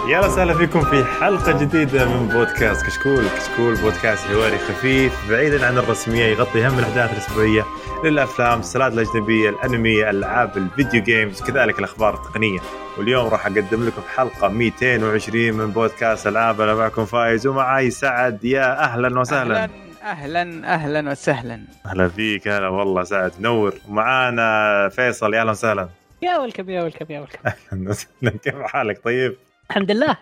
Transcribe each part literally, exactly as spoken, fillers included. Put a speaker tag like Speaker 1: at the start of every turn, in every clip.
Speaker 1: يلا سهلا فيكم في حلقة جديدة من بودكاست كشكول. كشكول بودكاست حواري خفيف بعيدا عن الرسمية، يغطي هم الأحداث الأسبوعية للأفلام، السلاسل الأجنبية، الأنمية، الألعاب، الفيديو جيمز، كذلك الأخبار التقنية. واليوم راح أقدم لكم حلقة مئتين وعشرين من بودكاست ألعاب. أنا معكم فايز ومعاي سعد. يا أهلا وسهلا.
Speaker 2: أهلا أهلا وسهلا.
Speaker 1: أهلا فيك. هلا والله سعد نور. ومعانا فيصل. يا أهلا وسهلا.
Speaker 3: يا ولكم يا ولكم يا ولكم.
Speaker 1: أهلا وسهلا. كيف حالك؟ طيب
Speaker 3: الحمد لله.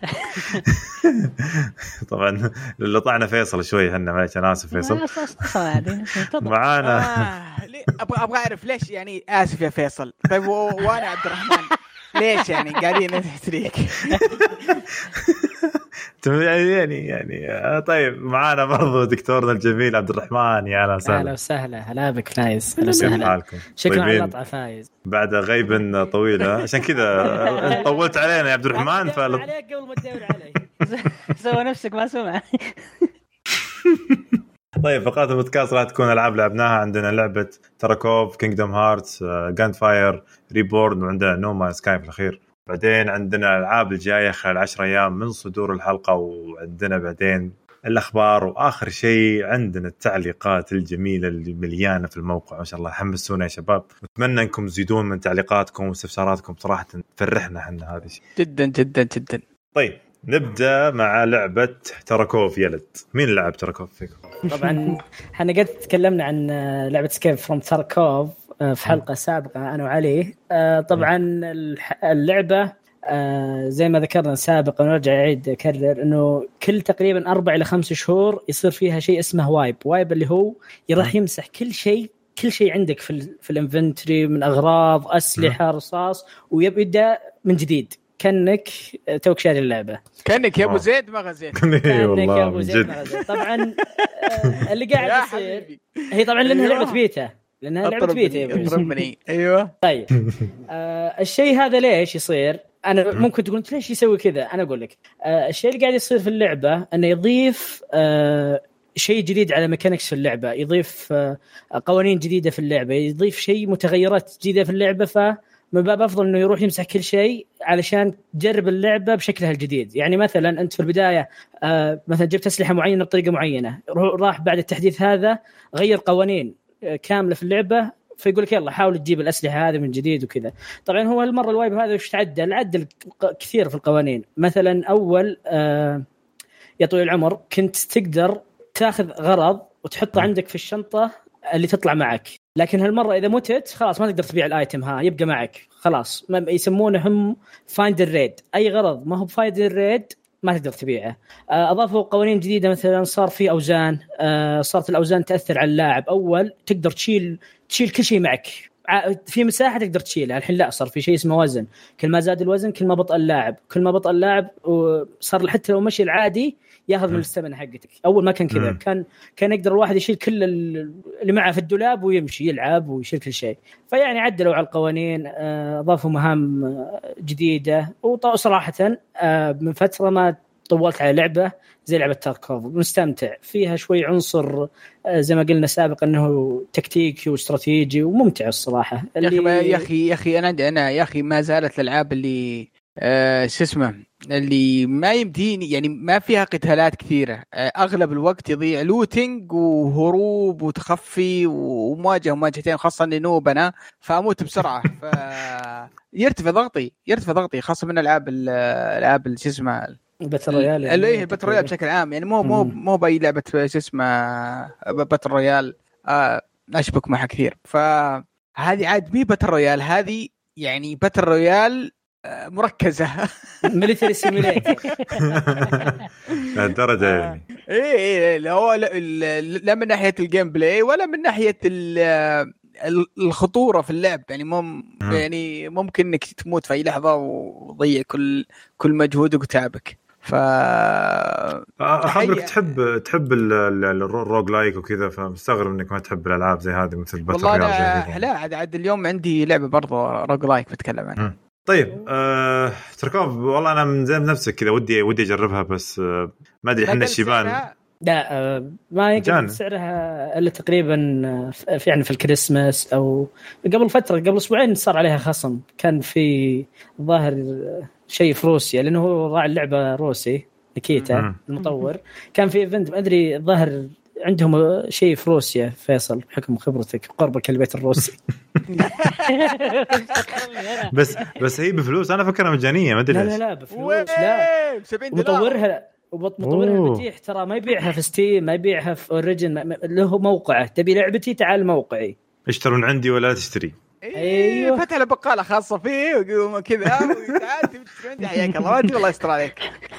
Speaker 1: طبعا اللي طعنا فيصل شوي هنا، معلش انا اسف فيصل. معانا
Speaker 2: آه ابغى ابغى اعرف ليش يعني اسف يا فيصل. طيب وانا عبد الرحمن ليش يعني قاعدين نحتريك؟
Speaker 1: يعني يعني طيب معانا برضو دكتورنا الجميل عبد الرحمن. يا اهلا وسهلا.
Speaker 3: اهلا وسهلا. هلا بك فايز. اهلا وسهلا. شكرا على اللقطه فايز
Speaker 1: بعد غيب طويل، عشان كذا طولت علينا يا عبد الرحمن.
Speaker 3: فعليك قبل ما تدور علي سوى نفسك ما سمع.
Speaker 1: طيب فقرات البودكاست راح تكون ألعاب لعبناها. عندنا لعبة تراكوف، كينغدوم هارتس، جاند فاير، ريبورن، وعندنا نوما سكاي في الأخير. بعدين عندنا الألعاب الجاية خلال عشر أيام من صدور الحلقة، وعندنا بعدين الأخبار، وآخر شيء عندنا التعليقات الجميلة اللي مليانة في الموقع. ما شاء الله حمسونا يا شباب، وأتمنى أنكم تزيدون من تعليقاتكم واستفساراتكم، صراحة تفرحنا حنا هذا الشيء
Speaker 2: جدا جدا جدا.
Speaker 1: طيب نبدأ مع لعبة تراكوف. يلد مين لعب تراكوف فيكم؟
Speaker 3: طبعا احنا قد تكلمنا عن لعبة سكيب فروم تراكوف في حلقة سابقة أنا وعلي. طبعا اللعبة زي ما ذكرنا سابقا ونرجع أعيد أكرر إنه كل تقريبا أربع إلى خمس شهور يصير فيها شيء اسمه وايب. وايب اللي هو راح يمسح كل شيء كل شيء عندك في ال في الانفنتري من أغراض، أسلحة، رصاص، ويبدأ من جديد كأنك توك شاري اللعبة.
Speaker 2: كأنك يا أبو زيد ما غزيت.
Speaker 3: كأنك يا أبو زيد ما غزيت. طبعا اللي قاعد يصير هي طبعا لأنها لعبة بيتا لأنها لعبة بيتا
Speaker 2: أطربني. أيوة
Speaker 3: طيب آه الشيء هذا ليش يصير؟ أنا ممكن تقول ليش يسوي كذا. أنا أقول لك آه الشيء اللي قاعد يصير في اللعبة أنه يضيف آه شيء جديد على ميكانيكس في اللعبة، يضيف آه قوانين جديدة في اللعبة، يضيف شيء متغيرات جديدة في اللعبة. ف من باب أفضل إنه يروح يمسح كل شيء علشان تجرب اللعبة بشكلها الجديد. يعني مثلا أنت في البداية آه مثلا جبت أسلحة معينة بطريقة معينة، راح بعد التحديث هذا غير قوانين آه كاملة في اللعبة، فيقول لك يلا حاول تجيب الأسلحة هذه من جديد وكذا. طبعا هو المرة الوايب هذا وش تعدل عدل كثير في القوانين. مثلا أول آه يا طويل العمر كنت تقدر تاخذ غرض وتحطه عندك في الشنطة اللي تطلع معك، لكن هالمرة إذا متت خلاص ما تقدر تبيع الآيتم، ها يبقى معك خلاص. ما يسمونه هم فايند الريد، أي غرض ما هو فايند الريد ما تقدر تبيعه. أضافوا قوانين جديدة، مثلا صار في أوزان، صارت الأوزان تأثر على اللاعب. أول تقدر تشيل تشيل كل شيء معك في مساحة تقدر تشيلها، الحين لا، صار في شيء اسمه وزن. كل ما زاد الوزن كل ما بطأ اللاعب، كل ما بطأ اللاعب وصار حتى لو مشي العادي ياخذ من الاستمنة حقتك. أول ما كان كذا، كان كان يقدر الواحد يشيل كل اللي معه في الدولاب ويمشي يلعب ويشيل كل شيء. فيعني عدلوا على القوانين، أضافوا مهام جديدة. وصراحة من فترة ما طولت على لعبة زي لعبة تاركوف، مستمتع فيها شوي، عنصر زي ما قلنا سابقا أنه تكتيكي واستراتيجي وممتع الصراحة.
Speaker 2: يا أخي يا أخي يا أخي أنا أنا يا أخي ما زالت الألعاب اللي آه شو اسمه اللي ما يمديني يعني ما فيها قتالات كثيرة، آه أغلب الوقت يضيع لوتينج وهروب وتخفي ومواجهة ومواجهتين، خاصة إني نوب أنا فأموت بسرعة. فيرتفع ضغطي يرتفع ضغطي خاصة من ألعاب الألعاب شو اسمه
Speaker 3: باتل رويال،
Speaker 2: اللي هي الباتل رويال بشكل عام. يعني مو مو مو باي لعبة شو اسمه باتل رويال آه أشبك معها كثير. فهذه عاد مي باتل رويال، هذه يعني باتل رويال مركزة
Speaker 3: ميليتري سيميليتر
Speaker 1: الدرجة يعني.
Speaker 2: ايه ايه لا هو لا من ناحية الجيم بلاي ولا من ناحية الخطورة في اللعب. يعني مم يعني ممكن انك تموت في اي لحظة وضيع كل كل مجهودك وتعبك. ف
Speaker 1: أخبرك تحب تحب الروج لايك وكذا، فمستغرب انك ما تحب الالعاب زي هذه مثل باتل رويال.
Speaker 2: والله لا عاد عاد اليوم عندي لعبة برضو روج لايك بتكلم عنها.
Speaker 1: طيب آه، تركوف والله انا من زي نفسك كذا ودي ودي اجربها، بس آه ما ادري احنا الشيبان
Speaker 3: لا آه ما يقدر سعرها الا تقريبا في يعني في الكريسماس او قبل فتره قبل اسبوعين صار عليها خصم. كان في ظاهر شيء في روسيا لانه هو راعي اللعبه روسي نيكيتا المطور. كان في ايفنت ما ادري ظاهر عندهم شيء في روسيا فيصل بحكم خبرتك قربك البيت الروسي.
Speaker 1: بس بس هي بفلوس انا فكرها مجانيه ما ادري
Speaker 3: لا لا لا بفلوس لا مطورها مطورها مديح ترى ما يبيعها في ستيم ما يبيعها في اوريجن له موقعه. تبي لعبتي تعال موقعي
Speaker 1: اشتروا من عندي ولا تشتري.
Speaker 2: ايوه فتح له بقاله خاصه فيه ويقوم كذا وتعال تشتري عندي حياك الله ودي والله يستر عليك.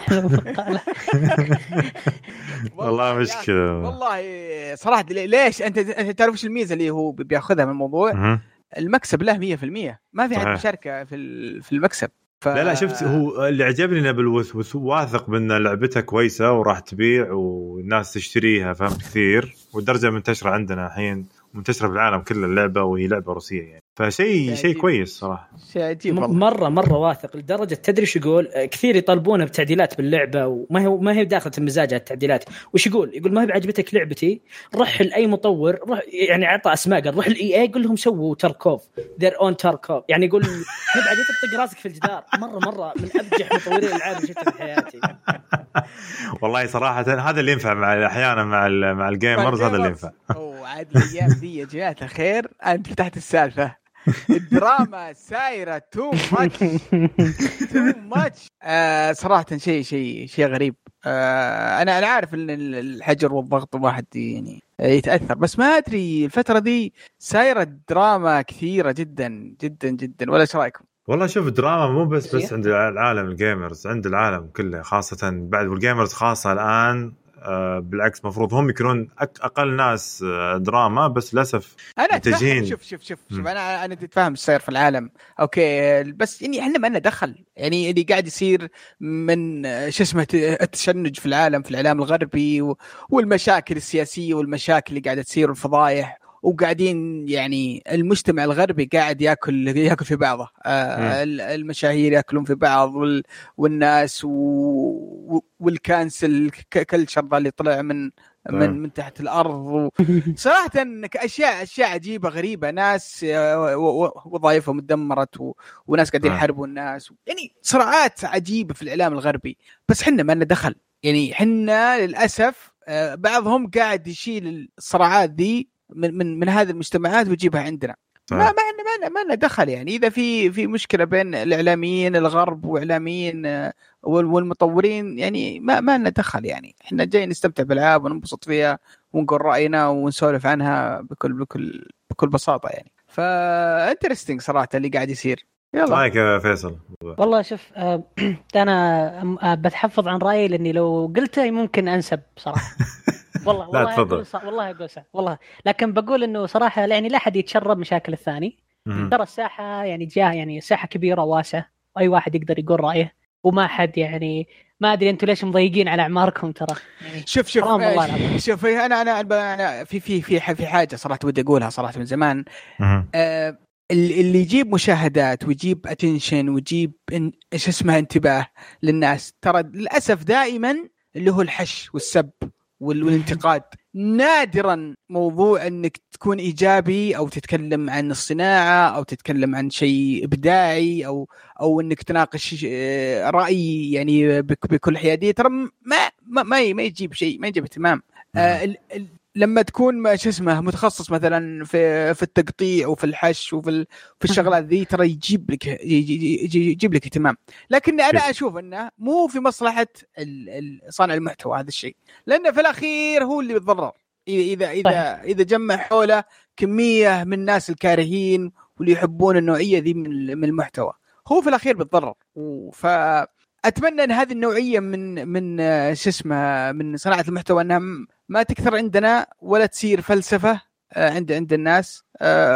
Speaker 1: والله مشكله
Speaker 2: والله صراحه ليش انت تعرف ايش الميزه اللي هو بياخذها من الموضوع؟ المكسب له مية في المية ما في حد مشاركه في في المكسب.
Speaker 1: ف... لا لا شفت هو اللي عجبني انه بالوث واثق بان لعبتها كويسه وراح تبيع والناس تشتريها فهمت كثير والدرجه منتشره عندنا الحين منتشره بالعالم كله اللعبه وهي لعبه روسيه يعني فشيء شيء كويس صراحه
Speaker 2: شيء عجيب
Speaker 3: مره مره واثق لدرجه تدري شو يقول كثير يطلبونه بتعديلات باللعبه وما هي ما هي داخله المزاج التعديلات. وش يقول يقول ما هي بعجبتك لعبتي روح لاي مطور روح يعني عطى اسماء قال روح الاي اي قول لهم سووا تاركوف their own تاركوف يعني يقول ما بعجبتك طق راسك في الجدار. مره مره من ابجح مطورين الالعاب اللي شفتها في حياتي.
Speaker 1: والله صراحه هذا اللي ينفع مع احيانا مع مع الجيمرز هذا اللي ينفع.
Speaker 2: اوه عاد الايام دي يا جماعه الخير انت فتحت السالفه. الدراما سايره تو ماتش تو ماتش صراحه شيء شيء شيء غريب. آه انا انا عارف ان الحجر والضغط واحد يعني يتاثر بس ما ادري الفتره دي سايره دراما كثيره جدا جدا جدا. ولا ايش رايكم؟
Speaker 1: والله شوف دراما مو بس بس عند العالم الجيمرز عند العالم كله خاصه بعد والجيمرز خاصه الان. آه بالعكس مفروض هم يكونون أقل ناس آه دراما بس للأسف
Speaker 2: متجهين. شوف شوف شوف, شوف أنا أنا تفهم السير في العالم أوكي بس يعني إحنا ما لنا دخل يعني اللي قاعد يصير من شو اسمه التشنج في العالم في الإعلام الغربي والمشاكل السياسية والمشاكل اللي قاعدة تصير والفضايح وقاعدين يعني المجتمع الغربي قاعد ياكل ياكل في بعضه. آه المشاهير ياكلون في بعض وال والناس والكانسل كلتشر اللي طلع من من من تحت الارض. صراحه اشياء اشياء عجيبه غريبه ناس وظائفهم تدمرت وناس قاعدين يحاربوا الناس يعني صراعات عجيبه في الاعلام الغربي. بس حنا ما لنا دخل يعني حنا للاسف بعضهم قاعد يشيل الصراعات دي من من من هذه المجتمعات ويجيبها عندنا. ما ما ما ما لنا دخل يعني اذا في في مشكله بين الاعلاميين الغرب واعلاميين والمطورين يعني ما ما لنا دخل يعني احنا جايين نستمتع بالالعاب وننبسط فيها ونقول راينا ونسولف عنها بكل بكل بكل بساطه يعني. فانترستينج صراحه اللي قاعد يصير.
Speaker 1: يلا رايك يا فيصل؟
Speaker 4: والله شوف آه انا بتحفظ عن رايي لاني لو قلته ممكن انسب صراحه. والله والله أقول صح والله أقول صح والله لكن بقول إنه صراحة يعني لا أحد يتشرب مشاكل الثاني. ترى الساحة يعني جاء يعني ساحة كبيرة واسعة وأي واحد يقدر يقول رأيه وما حد يعني ما أدري أنتوا ليش مضيقين على أعماركم ترى يعني.
Speaker 2: شوف شوف آه شوف أنا أنا أنا في في في في حاجة صراحة ودي أقولها صراحة من زمان. آه اللي يجيب مشاهدات ويجيب اتنشن ويجيب إيش اسمها انتباه للناس ترى للأسف دائما اللي هو الحش والسب والانتقاد. نادرا موضوع انك تكون ايجابي او تتكلم عن الصناعه او تتكلم عن شيء ابداعي او او انك تناقش راي يعني بكل حياديه ترى ما ما ما يجيب شيء ما يجيب اهتمام. آه لما تكون ما شو اسمه متخصص مثلا في في التقطيع وفي الحش وفي في الشغلات ذي ترى يجيب لك يجيب لك اهتمام. لكن انا اشوف انه مو في مصلحه صانع المحتوى هذا الشيء لانه في الاخير هو اللي بيتضرر اذا اذا اذا جمع حوله كميه من الناس الكارهين واللي يحبون النوعيه ذي من المحتوى هو في الاخير بيتضرر. ف اتمنى ان هذه النوعيه من من شو اسمه من صناعه المحتوى انها ما تكثر عندنا ولا تصير فلسفه عند عند الناس.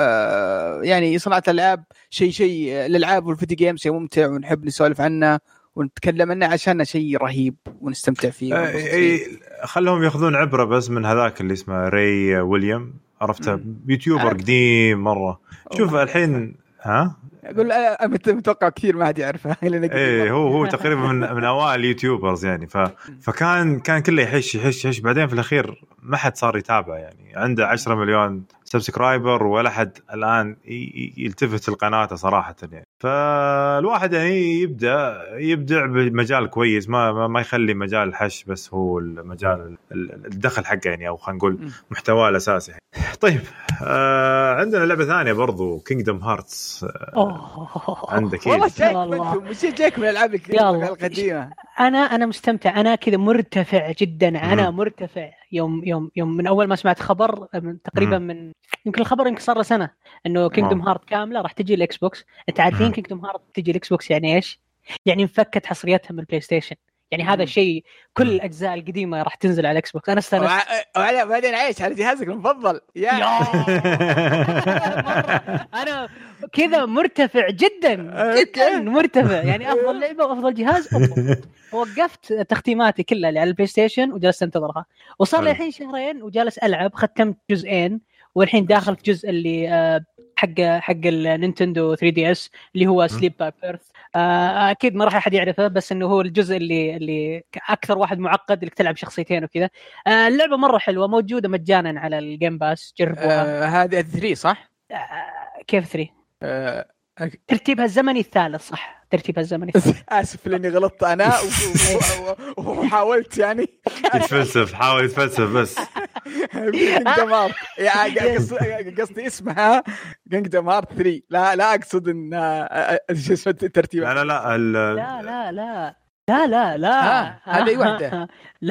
Speaker 2: يعني صناعه الالعاب شيء شيء الالعاب والفيديو جيمز شيء ممتع ونحب نسولف عنه ونتكلم عنه عشان شيء رهيب ونستمتع فيه.
Speaker 1: اي خلهم ياخذون عبره بس من هذاك اللي اسمه ري ويليام عرفته يوتيوبر قديم مره. شوف الحين ها
Speaker 2: اقول انا متوقع كثير ما حد يعرفها.
Speaker 1: ايه هو هو تقريبا من من اوائل اليوتيوبرز يعني. ف فكان كان كله يحش يحش يحش بعدين في الاخير ما حد صار يتابع يعني. عنده عشرة مليون سبسكرايبر ولا حد الان يلتفت القناه صراحه يعني. فالواحد يعني يبدا يبدع بمجال كويس ما ما يخلي مجال الحش بس هو المجال الدخل حقه يعني او خلينا نقول محتواه الاساسي. طيب آه عندنا لعبه ثانيه برضو كينغدم هارتس. آه عندك
Speaker 2: والله شيك انتم مش جايك من الالعاب القديمه.
Speaker 4: انا انا مستمتع انا كذا مرتفع جدا. انا مرتفع يوم يوم يوم من اول ما سمعت خبر من تقريبا من يمكن الخبر يمكن صار له سنه انه كينغدم هارت كامله راح تجي الاكس بوكس. انت عارفين كينغدم هارت تجي الاكس بوكس يعني ايش؟ يعني انفكت حصرياتها من البلاي ستيشن. يعني هذا شيء كل الاجزاء القديمه راح تنزل على الاكس بوكس. انا استانست
Speaker 2: وعلى بعدين عايش على جهازك المفضل يا, يا.
Speaker 4: انا كذا مرتفع جدا جدا مرتفع يعني افضل لعبه وافضل جهاز أفضل. وقفت تختيماتي كلها اللي على البلاي ستيشن وجلست انتظرها وصار لي الحين شهرين وجالس العب. ختمت جزئين والحين داخل في جزء اللي حق حق النينتندو ثري دي اس اللي هو سليب باي بيرث. اكيد ما راح احد يعرفه بس انه هو الجزء اللي اللي اكثر واحد معقد اللي تلعب شخصيتين وكذا. اللعبه مره حلوه موجوده مجانا على الجيم باس جربوها.
Speaker 2: آه هذه ثري صح؟
Speaker 4: آه كيف ثري؟
Speaker 2: آه
Speaker 4: ترتيبها الزمني الثالث صح ترتيبها الزمني الثالث.
Speaker 2: اسف لاني غلطت انا وحاولت يعني
Speaker 1: يتفلسف حاول يتفلسف بس
Speaker 2: كينغدم هارت قصدي اسمها كينغدم هارت ثري. لا لا اقصد ان ايش اسمه الترتيب.
Speaker 1: لا لا لا
Speaker 4: لا لا لا لا لا لا
Speaker 2: هذه واحده.
Speaker 4: لا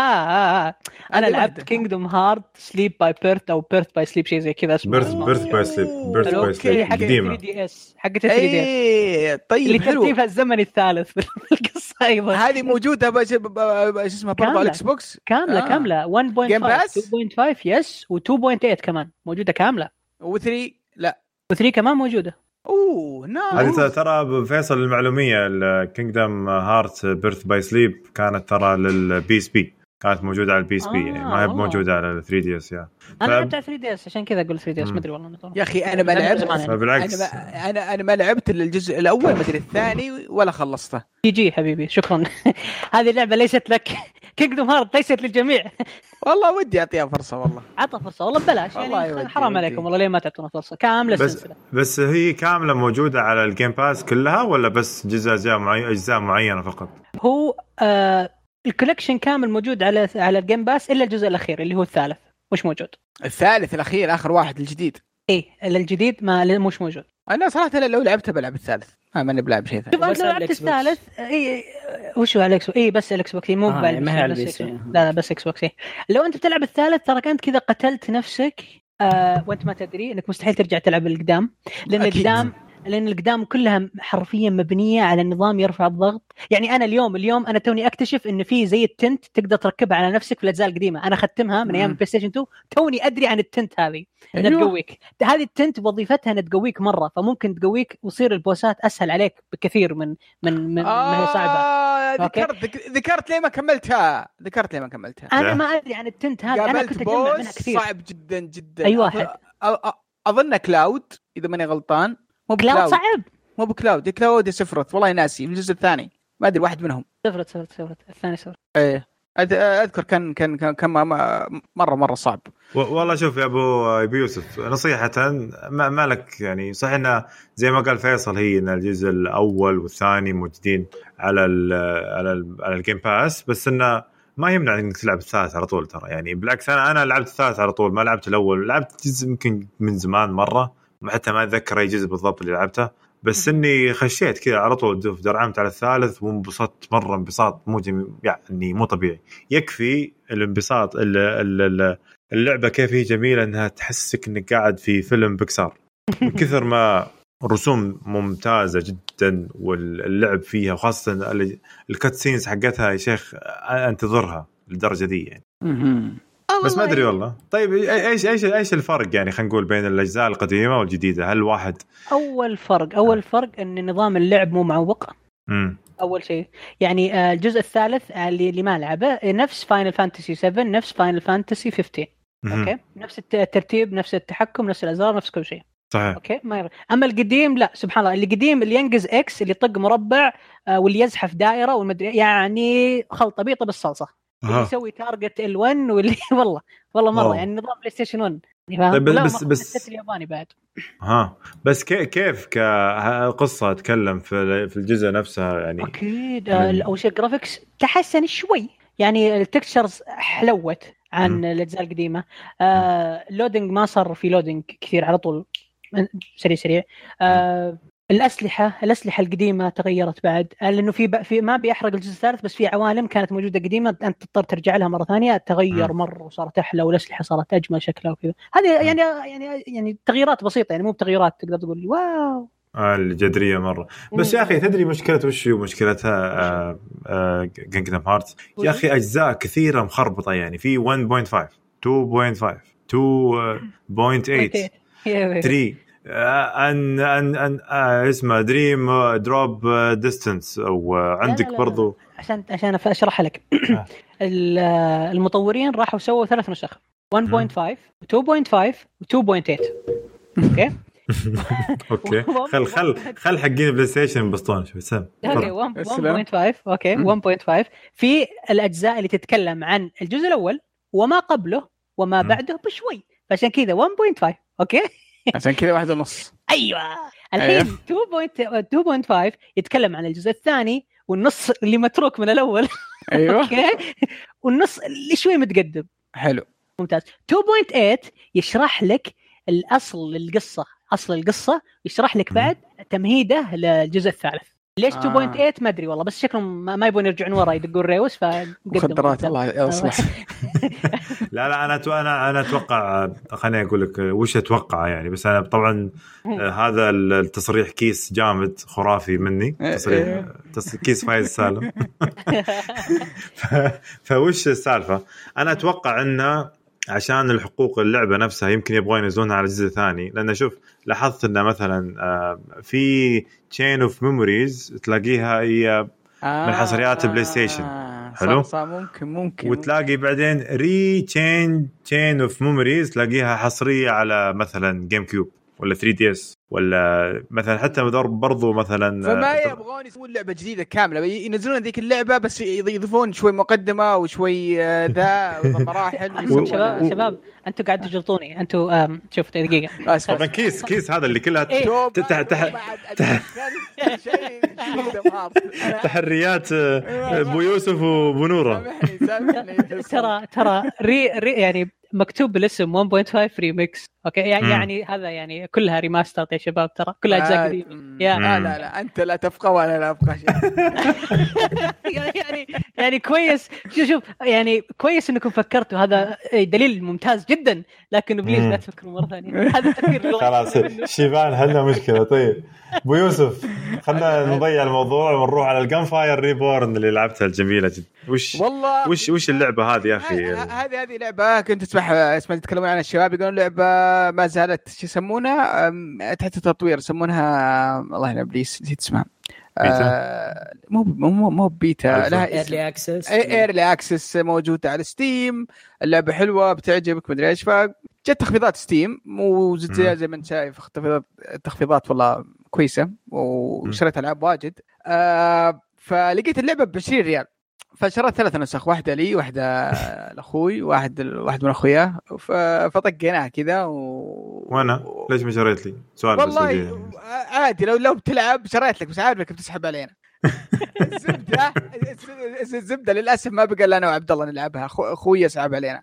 Speaker 4: انا لعبت كينغدم هارت سليب باي بيرث او بيرث باي سليب شيء زي كذا اسمه.
Speaker 1: بيرث بيرث باي سليب بيرث باي سليب قديمه
Speaker 4: ثري دي اس حقت ثري دي اس.
Speaker 2: طيب
Speaker 4: اللي ترتيبها الزمني الثالث في القصه ايضا.
Speaker 2: هذه موجوده باش ايش اسمها برضه على الاكس بوكس
Speaker 4: كامله آه. كامله واحد فاصلة خمسة تو بوينت خمسة يس و تو بوينت ثمانية كمان موجوده كامله
Speaker 2: و3 لا
Speaker 4: و3 كمان موجوده.
Speaker 2: اوه نايس.
Speaker 1: هذه ترى فيصل المعلوميه الكينغدم هارت بيرث باي سليب كانت ترى للبي اس بي كانت موجوده على البي اس بي يعني ما هي موجوده على ال ثري دي اس. يا
Speaker 4: انا لعبت على ثري دي اس عشان كذا اقول ثري دي اس ما ادري والله
Speaker 2: يا اخي انا ما لعبت
Speaker 1: بالعكس
Speaker 2: انا انا انا ما لعبت الجزء الاول ما ادري الثاني ولا خلصته.
Speaker 4: جي جي حبيبي شكرا. هذه اللعبه ليست لك. كينغدم هارت ليست للجميع.
Speaker 2: والله ودي اعطيها فرصه والله
Speaker 4: عطها فرصه والله ببلاش يعني حرام عليكم والله ليه ما تعطونا فرصه كامله
Speaker 1: بس
Speaker 4: السلسله.
Speaker 1: بس هي كامله موجوده على الجيم باس كلها ولا بس جزء اجزاء معينه اجزاء معينه فقط؟
Speaker 4: هو آه الكولكشن كامل موجود على على الجيم باس الا الجزء الاخير اللي هو الثالث مش موجود.
Speaker 2: الثالث الاخير اخر واحد الجديد
Speaker 4: ايه الجديد ما مش موجود.
Speaker 2: انا صراحه لو لعبته بلعب الثالث ما ماني بلعب شيء ثاني.
Speaker 4: لو لعبت الثالث اي وشو على الاكس اي بس الاكس بوكس مو
Speaker 3: آه
Speaker 4: بس, بس لا لا بس اكس بوكس. لو انت بتلعب الثالث ترى كنت كذا قتلت نفسك آه وانت ما تدري انك مستحيل ترجع تلعب القدام لان القدام لأن القدام كلها حرفيا مبنية على النظام يرفع الضغط. يعني أنا اليوم اليوم أنا توني أكتشف إن في زي التنت تقدر تركبها على نفسك في الأجزاء القديمة. أنا ختمها من أيام بلاي ستيشن تو توني أدري عن التنت هذه إنها أيوه. تقويك. هذه التنت وظيفتها إنها تقويك مرة فممكن تقويك ويصير البوسات أسهل عليك بكثير من من من
Speaker 2: آه
Speaker 4: ما هي صعبة.
Speaker 2: ذكرت ذكرت ليه ما كملتها ذكرت ليه ما كملتها
Speaker 4: أنا ما أدري عن التنت هذه. أنا كنت أجمع منها كثير.
Speaker 2: صعب جدا جدا.
Speaker 4: أي واحد
Speaker 2: أظن كلاود إذا ماني غلطان.
Speaker 4: مو كلاود صعب
Speaker 2: مو بكلاود كلاود سفرت والله ناسي في الجزء الثاني ما ادري واحد منهم
Speaker 4: سفرت سفرت سفرت الثاني سفرت.
Speaker 2: ايه اذكر كان كان كان, كان مره مره صعب.
Speaker 1: والله شوف يا ابو ابو يوسف نصيحه ما مالك يعني صح انه زي ما قال فيصل هي ان الجزء الاول والثاني موجودين على ال على ال على الجيم باس بس انه ما يمنع انك تلعب الثالث على طول ترى يعني بالعكس انا انا لعبت الثالث على طول ما لعبت الاول. لعبت جزء يمكن من زمان مره حتى ما اتذكر اي جزء بالضبط اللي لعبته بس اني خشيت كذا على طول درعمت على الثالث وانبسطت مره انبساط مو يعني مو طبيعي. يكفي الانبساط اللعبه كيف هي جميله انها تحسسك انك قاعد في فيلم بيكسار من كثر ما رسوم ممتازه جدا واللعب فيها وخاصه الكات سينز حقتها يا شيخ انتظرها للدرجه دي يعني. بس ما ادري والله. طيب ايش ايش ايش الفرق يعني خلينا نقول بين الاجزاء القديمه والجديده؟ هل واحد
Speaker 4: اول فرق اول فرق ان نظام اللعب مو معوق.
Speaker 1: امم
Speaker 4: اول شيء يعني الجزء الثالث اللي اللي ما لعبه نفس فاينل فانتسي سفن نفس فاينل فانتسي خمسة عشر اوكي نفس الترتيب نفس التحكم نفس الازرار نفس كل شيء
Speaker 1: صحيح.
Speaker 4: اوكي ما ير... اما القديم لا سبحان الله، اللي قديم اللي ينقز اكس اللي يطق مربع آه واللي يزحف دائره والمدري يعني خلطه بيطه بالصلصه اللي يسوي تارجت ال واحد واللي والله والله مره أوه. يعني نظام بلاي ستيشن واحد يعني
Speaker 1: طيب بس بس
Speaker 4: الياباني بعد
Speaker 1: ها بس كيف كقصه اتكلم في في الجزء نفسها يعني
Speaker 4: اكيد من... اول شيء جرافيكس تحسن شوي يعني التكستشرز حلوت عن الاجزاء القديمه آه اللودينج ما صار في لودينج كثير على طول سريع سريع آه الأسلحة الأسلحة القديمة تغيرت بعد لأنه في في ما بيحرق الجزء الثالث بس في عوالم كانت موجودة قديمة أنت تضطر ترجع لها مرة ثانية تغير مرة وصارت أحلى والأسلحة صارت أجمل شكلها وكذا. هذه يعني يعني يعني تغييرات بسيطة يعني مو بتغييرات تقدر تقول لي واو
Speaker 1: آه الجذرية مرة. بس يا أخي تدري مشكلة وش هي مشكلتها كينغدم هارتس يا أخي أجزاء كثيرة مخربطة يعني في واحد فاصلة خمسة اثنين فاصلة خمسة اثنين فاصلة ثمانية ثلاثة ان ان ان اسمه دريم دروب ديستنس او عندك
Speaker 4: لا لا
Speaker 1: برضو
Speaker 4: لا لا. عشان عشان اشرح لك المطورين راحوا سووا ثلاث نسخ واحد فاصلة خمسة اثنين فاصلة خمسة و اثنين فاصلة ثمانية اوكي
Speaker 1: اوكي خل خل خل حقين بلاي ستيشن بسطون شوي سم
Speaker 4: اوكي واحد فاصلة خمسة اوكي واحد فاصلة خمسة في الاجزاء اللي تتكلم عن الجزء الاول وما قبله وما بعده بشوي عشان كذا واحد فاصلة خمسة اوكي
Speaker 2: عشان كذا واحد ونص.
Speaker 4: ايوه الحين اثنين فاصلة خمسة يتكلم عن الجزء الثاني والنص اللي متروك من الاول
Speaker 2: ايوه
Speaker 4: اوكي والنص اللي شوي متقدم
Speaker 2: حلو
Speaker 4: ممتاز. اثنين فاصلة ثمانية يشرح لك الاصل القصه اصل القصه يشرح لك بعد تمهيده للجزء الثالث. ليش آه. اثنين فاصلة ثمانية ما ادري والله بس شكلهم ما يبون يرجعون ورا يدقون ريوس فقدموا
Speaker 2: مخدرات الله يصلح.
Speaker 1: لا لا انا انا انا اتوقع خليني اقول لك وش اتوقع يعني بس انا طبعا هذا التصريح كيس جامد خرافي مني تصريح كيس فايز سالم. فوش السالفه انا اتوقع انه عشان الحقوق اللعبة نفسها يمكن يبغون ينزلونها على الجزء الثاني لأن شوف لاحظت إنه مثلا في chain of memories تلاقيها هي من حصريات بلاي ستيشن حلو
Speaker 2: صح ممكن ممكن
Speaker 1: وتلاقي بعدين ري chain chain of memories تلاقيها حصرية على مثلا جيم كيوب ولا ثري دي اس ولا مثلا حتى برضو مثلا
Speaker 2: فما يبغون يسوون لعبة جديدة كاملة ينزلون ذيك اللعبة بس يضيفون شوي مقدمة وشوي ذا مراحل.
Speaker 4: شباب شباب انتوا قاعد تجلطوني انتوا شوف دقيقة
Speaker 1: طبعا كيس كيس هذا اللي كلها تحريات ابو يوسف وبنورة.
Speaker 4: ترى ترى ري ري يعني مكتوب بالاسم واحد فاصلة خمسة ريميكس اوكي يعني, يعني هذا يعني كلها ريماستر يا شباب ترى كلها اجزاء قديمه يا
Speaker 2: لا لا لا انت لا تفقه ولا لا افقه
Speaker 4: يعني يعني كويس شوف شوف يعني كويس انكم فكرتوا هذا دليل ممتاز جدا لكن بليز لا تفكروا مره ثانيه هذا تفكير
Speaker 1: خلاص شيبان حلنا مشكله. طيب ابو يوسف خلنا نضيع الموضوع ونروح على الجان فاير ريبورن اللي لعبتها الجميله جدا. وش والله وش وش اللعبه هذه يا اخي؟
Speaker 2: هذه هذه لعبه كنت تسمح اسمع يتكلمون عن الشباب يقولون لعبه ما زالت شو يسمونها تحت التطوير يسمونها الله يلعن ابليس نسيت اسمها آه مو مو مو بيتا
Speaker 3: لها ايرلي اكسس
Speaker 2: ايرلي اكسس موجوده على ستيم. اللعبه حلوه بتعجبك مدري ايش فجت تخفيضات ستيم مو زي زي ما انت شايف تخفيضات تخفيضات والله كويسه وشريت العاب واجد آه فلقيت اللعبه ب عشرين ريال فشريت ثلاث نسخ واحده لي واحده لاخوي واحد واحد من اخوياه فطقيناها كذا و... وانا
Speaker 1: ليش ما شريت لي سؤال
Speaker 2: والله بس عادي لو لو بتلعب شريت لك بس عارفك بتسحب علينا. الزبده الزبده للاسف ما بقى لنا وعبد الله نلعبها اخوي يسحب علينا.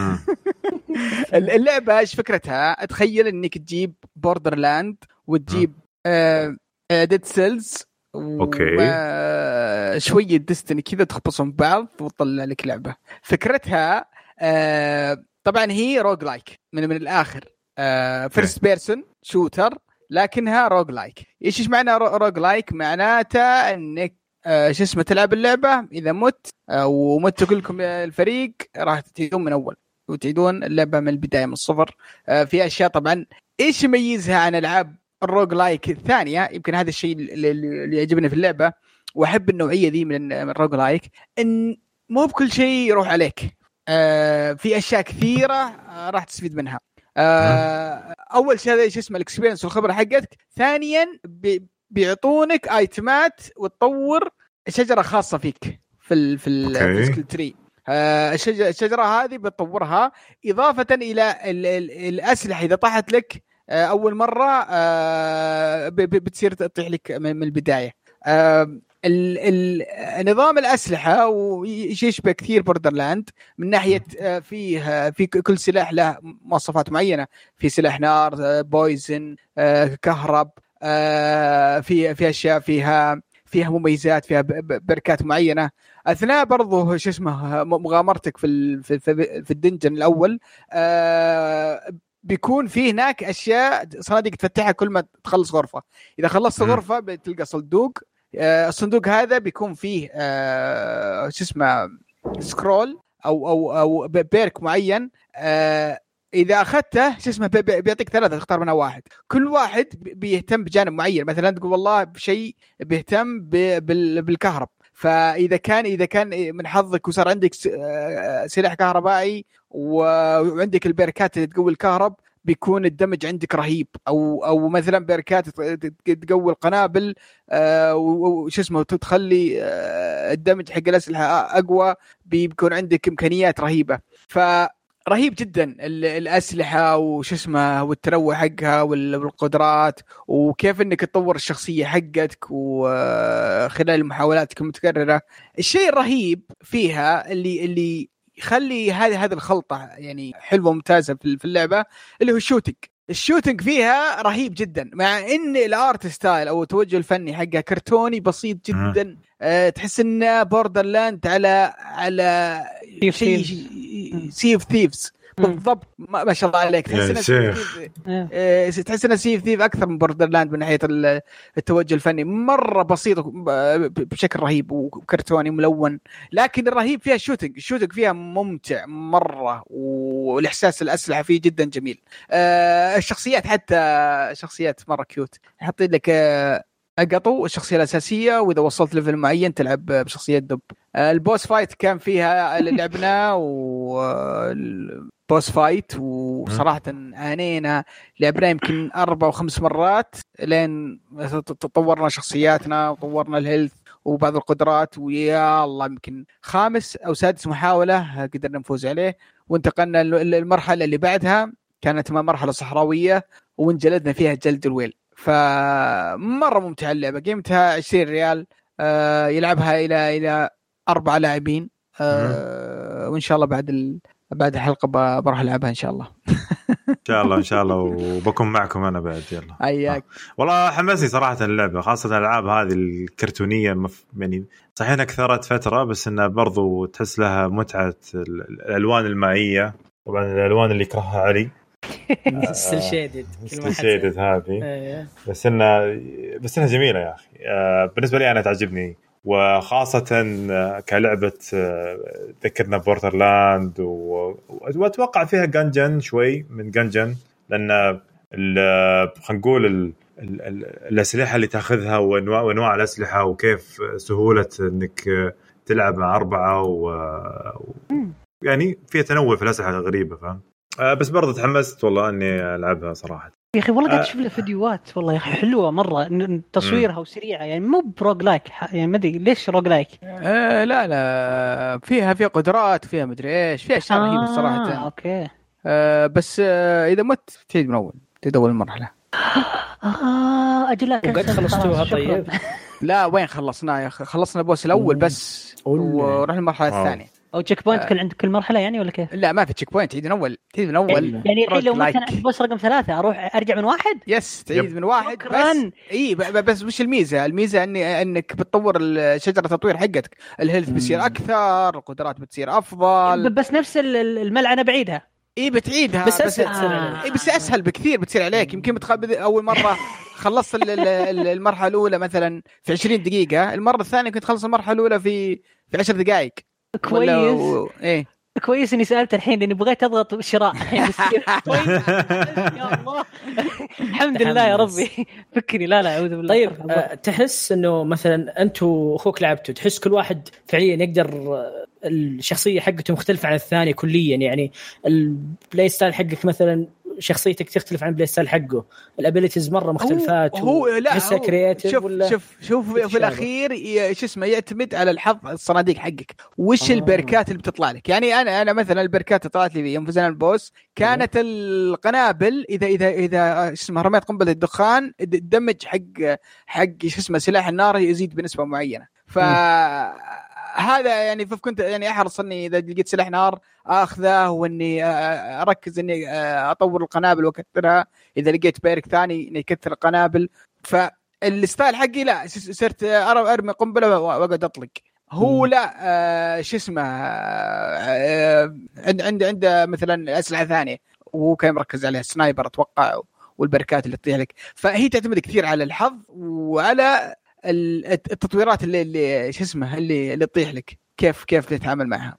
Speaker 2: اللعبه ايش فكرتها؟ اتخيل انك تجيب بوردرلاند وتجيب ديد سيلز
Speaker 1: اوكي
Speaker 2: شويه ديستني كذا تخبصهم بعض وتطلع لك لعبه. فكرتها آه طبعا هي روج لايك من من الاخر آه فيرست بيرسون شوتر لكنها روج لايك. ايش ايش معنى روج لايك؟ معناته انك آه شو اسمه تلعب اللعبه اذا مت آه ومت كلكم الفريق راح تعيدون من اول وتعيدون اللعبه من البدايه من الصفر. آه في اشياء طبعا ايش يميزها عن العاب الروج لايك الثانية يمكن هذا الشيء اللي يعجبني في اللعبة وأحب النوعية ذي من الروج لايك إن مو بكل شيء يروح عليك آه في أشياء كثيرة آه راح تستفيد منها. آه اول شيء هذا ايش اسمه الاكسبيرينس والخبره حقتك. ثانيا بي بيعطونك ايتمات وتطور شجره خاصه فيك في ال في الفيزيكال تري. آه الشجره الشجره هذه بتطورها اضافه الى ال ال الاسلحه. اذا طاحت لك آه اول مره آه بتصير تطيح لك من البدايه. آه النظام الأسلحة ويشبه كثير بوردرلاند من ناحية فيه في كل سلاح له مواصفات معينة. في سلاح نار، بويزن، كهرب، في في أشياء فيها فيها مميزات، فيها بركات معينة. أثناء برضو شو اسمه مغامرتك في في في الدنجن الأول بيكون فيه هناك أشياء صناديق تفتحها كل ما تخلص غرفة. إذا خلصت غرفة بتلقى صندوق. الصندوق هذا بيكون فيه شو اسمه سكرول او او او بيرك معين. اذا اخذته شو اسمه بيعطيك ثلاثه تختار منها واحد. كل واحد بيهتم بجانب معين. مثلا تقول والله بشيء بيهتم بالكهرب، فاذا كان اذا كان من حظك وصار عندك سلاح كهربائي وعندك البيركات اللي تقوي الكهرب بيكون الدمج عندك رهيب. او او مثلا بيركات تقوي القنابل آه وش اسمه تخلي آه الدمج حق الاسلحه اقوى، بيكون عندك امكانيات رهيبه. فرهيب جدا الاسلحه وش اسمه والتنوع حقها والقدرات وكيف انك تطور الشخصيه حقتك وخلال محاولاتك المتكرره. الشيء الرهيب فيها اللي اللي يخلي هذه هذه الخلطة يعني حلوة ممتازة في اللعبة اللي هو الشوتينج. الشوتينج فيها رهيب جدا، مع ان الارت ستايل او التوجه الفني حقها كرتوني بسيط جدا. أه تحس ان بوردرلاند على على شيء سيف ثيفز بالضبط. ما شاء الله عليك. تحس ان تحس ان سيف ثيف اكثر من بوردرلاند من ناحيه التوجه الفني. مره بسيط بشكل رهيب وكرتوني ملون. لكن الرهيب فيها الشوتينج. الشوتينج فيها ممتع مره، والاحساس الاسلحه فيه جدا جميل. الشخصيات حتى شخصيات مره كيوت. حاطين لك قطو الشخصيه الاساسيه، واذا وصلت ليفل معين تلعب بشخصيه دب. البوس فايت كان فيها لعبنا والبوس فايت، وصراحه انينا لعبنا يمكن اربع وخمس مرات لين تطورنا شخصياتنا وطورنا الهيلث وبعض القدرات. ويا الله يمكن خامس او سادس محاوله قدرنا نفوز عليه. وانتقلنا للمرحله اللي بعدها، كانت مرحله صحراويه وانجلدنا فيها جلد الويل. فمرة ممتعة اللعبة. قيمتها عشرين ريال. آه يلعبها إلى إلى أربع لاعبين. آه وإن شاء الله بعد ال... بعد الحلقة بروح ألعبها إن شاء الله.
Speaker 1: إن شاء الله إن شاء الله وبكون معكم أنا بعد. يلا
Speaker 2: أياك.
Speaker 1: آه. والله حمسني صراحة اللعبة، خاصة الألعاب هذه الكرتونية مف... يعني صحيح إنها كثرت فترة، بس إنها برضو تحس لها متعة الألوان المائية. طبعا الألوان اللي يكرهها علي
Speaker 3: ستيل شيدد
Speaker 1: ستيل شيدد هذه. بس انها بس انها جميله يا اخي. بالنسبه لي انا تعجبني، وخاصه كلعبه ذكرنا بورترلاند، واتوقع فيها جنجن شوي من جنجن، لان خلينا نقول الاسلحه اللي تاخذها وانواع وانواع الاسلحه وكيف سهوله انك تلعب مع اربعه و يعني فيها تنوع في الاسلحه غريبه. فاهم؟ آه بس برضه تحمست والله اني العبها صراحه
Speaker 4: يا اخي. والله قاعد اشوف آه. له فيديوهات والله يا اخي حلوه مره، تصويرها وسريعه يعني مو بروج لايك يعني. ما ادري ليش روج لايك.
Speaker 2: آه لا لا فيها فيها قدرات، فيها مدري ايش، فيها اشياء آه رهيبه صراحه.
Speaker 4: اوكي
Speaker 2: آه بس آه اذا مت تعيد من اول تدور المرحله.
Speaker 4: اه اجل
Speaker 3: قد خلصتوها طيب؟
Speaker 2: لا وين خلصنا يا اخي؟ خلصنا البوس الاول بس ورحنا المرحله الثانيه.
Speaker 4: او تشيك بوينت آه. كل عندك كل مرحله يعني ولا كيف؟
Speaker 2: لا ما في تشيك بوينت، تعيد من اول. تعيد من اول
Speaker 4: يعني الحين لو مثلا بوس رقم ثلاثة اروح ارجع من واحد.
Speaker 2: يس تعيد من واحد بس. اي بس وش الميزه؟ الميزه اني انك بتطور الشجره تطوير حقتك، الهيلث بتصير اكثر، القدرات بتصير افضل،
Speaker 4: بس نفس الملعنه بعيدها.
Speaker 2: اي بتعيدها بس بس, آه. إيه بس اسهل بكثير بتصير عليك. يمكن بتخبط اول مره خلصت المرحله الاولى مثلا في عشرين دقيقه، المره الثانيه كنت خلص المرحله الاولى في في عشر دقائق.
Speaker 4: كويس
Speaker 2: و... ايه
Speaker 4: كويس اني سالت الحين لاني بغيت اضغط شراء يعني. يا الله الحمد لله يا ربي فكري. لا لا اعوذ بالله.
Speaker 3: طيب أه تحس انه مثلا انت واخوك لعبتوا، تحس كل واحد فعليا يقدر الشخصيه حقته مختلفه عن الثاني كليا؟ يعني البلاي ستايل حقك مثلا شخصيتك تختلف عن بلاي ستايل حقه، الابيليتيز مره مختلفات.
Speaker 2: هو لا
Speaker 3: تحسها كرياتيف
Speaker 2: شوف
Speaker 3: ولا
Speaker 2: شوف شوف في الاخير شو اسمه يعتمد على الحظ الصناديق حقك وش
Speaker 3: آه.
Speaker 2: البركات اللي بتطلع لك. يعني انا انا مثلا البركات اللي طلعت لي يوم فزنا البوس كانت آه. القنابل اذا اذا اذا اسمه رميت قنبله الدخان الدمج حق حق شو اسمه سلاح النار يزيد بنسبه معينه. ف هذا يعني فكنت يعني احرص اني اذا لقيت سلاح نار اخذه واني اركز اني اطور القنابل واكثرها. اذا لقيت بيرك ثاني اني اكثر القنابل. فالستايل حقي لا صرت ارمي قنبله واقعد اطلق. هو لا آه شو اسمه آه عند عند عنده مثلا اسلحه ثانيه وهو كان مركز عليها سنايبر اتوقع والبركات اللي تطيح لك. فهي تعتمد كثير على الحظ وعلى التطويرات اللي اللي شو اسمه اللي اللي تطيح لك كيف كيف تتعامل معها.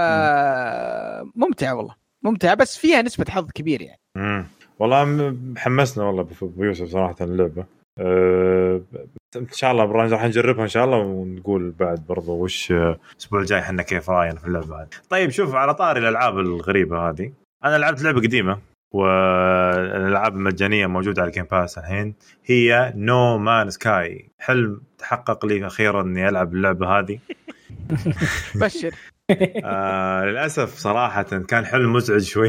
Speaker 2: فممتع والله ممتع بس فيها نسبة حظ كبير يعني.
Speaker 1: امم والله حمسنا والله بيوسف صراحة اللعبة. أه... ان شاء الله برا راح نجربها ان شاء الله ونقول بعد برضو وش الاسبوع الجاي احنا كيف راينا في اللعبة هذه. طيب شوف على طاري الالعاب الغريبة هذه انا لعبت لعبة قديمة والالعاب المجانيه موجوده على الجيم باس الحين هي نو مان سكاي. حلم تحقق لي اخيرا اني العب اللعبه هذه.
Speaker 2: بشر.
Speaker 1: آه للاسف صراحه كان حلم مزعج شوي.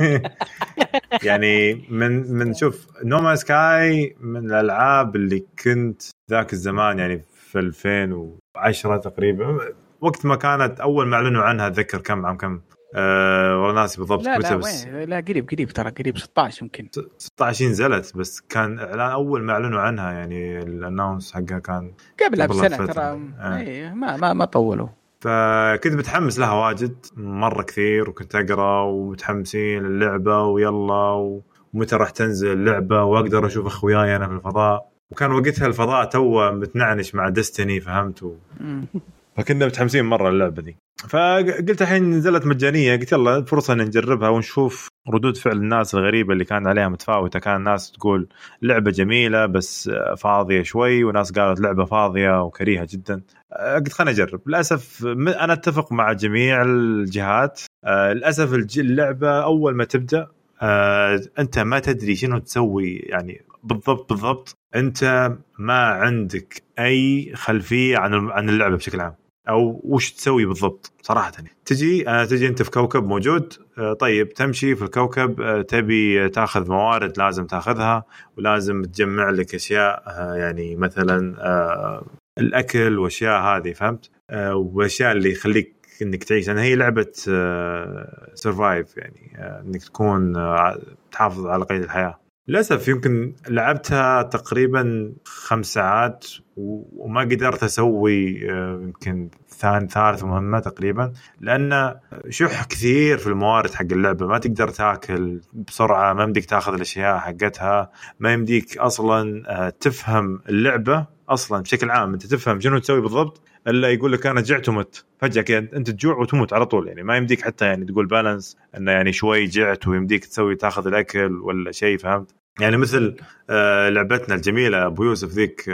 Speaker 1: يعني من من شوف نو مان سكاي من الالعاب اللي كنت ذاك الزمان يعني في ألفين وعشرة تقريبا وقت ما كانت اول ما اعلنوا عنها اتذكر كم عام كم أه والله ناسي بالضبط.
Speaker 2: لا لا, بس لا قريب قريب ترى قريب ستة عشر يمكن
Speaker 1: ستة عشر نزلت بس كان اعلان اول ما اعلنوا عنها يعني الاناونس حقها كان
Speaker 2: قبل بسنه ترى آه. اي ما ما ما طولوا.
Speaker 1: فكنت متحمس لها واجد مرة كثير وكنت أقرأ ومتحمسين اللعبة ويلا ومتى راح تنزل اللعبة وأقدر أشوف أخوياي أنا في الفضاء. وكان وقتها الفضاء توه متنعنش مع ديستني فهمت و... فكنا متحمسين مرة اللعبة دي. فقلت الحين نزلت مجانية قلت يلا فرصة نجربها ونشوف ردود فعل الناس الغريبة اللي كان عليها متفاوتة. كان الناس تقول لعبة جميلة بس فاضية شوي وناس قالت لعبة فاضية وكريهة جدا. قلت خلنا نجرب. للأسف أنا أتفق مع جميع الجهات. للأسف اللعبة أول ما تبدأ أنت ما تدري شنو تسوي يعني بالضبط بالضبط. أنت ما عندك أي خلفية عن عن اللعبة بشكل عام أو وش تسوي بالضبط صراحة. تجي أنا تجي أنت في كوكب موجود طيب تمشي في الكوكب تبي تأخذ موارد لازم تأخذها ولازم تجمع لك أشياء يعني مثلا الأكل وأشياء هذه فهمت وأشياء اللي يخليك إنك تعيش. أنا هي لعبة سيرفايف يعني إنك تكون تحافظ على قيد الحياة. للأسف يمكن لعبتها تقريبا خمس ساعات وما قدرت أسوي يمكن ثاني ثالث مهمة تقريبا لأن شح كثير في الموارد حق اللعبة. ما تقدر تأكل بسرعة ما يمديك تأخذ الأشياء حقتها ما يمديك أصلا تفهم اللعبة أصلا بشكل عام. أنت تفهم شنو تسوي بالضبط إلا يقول لك أنا جعت ومت فجأة كده أنت تجوع وتموت على طول. يعني ما يمديك حتى يعني تقول بالانس إنه يعني شوي جعت ويمديك تسوي تأخذ الأكل ولا شيء فهمت. يعني مثل آه لعبتنا الجميلة أبو يوسف ذيك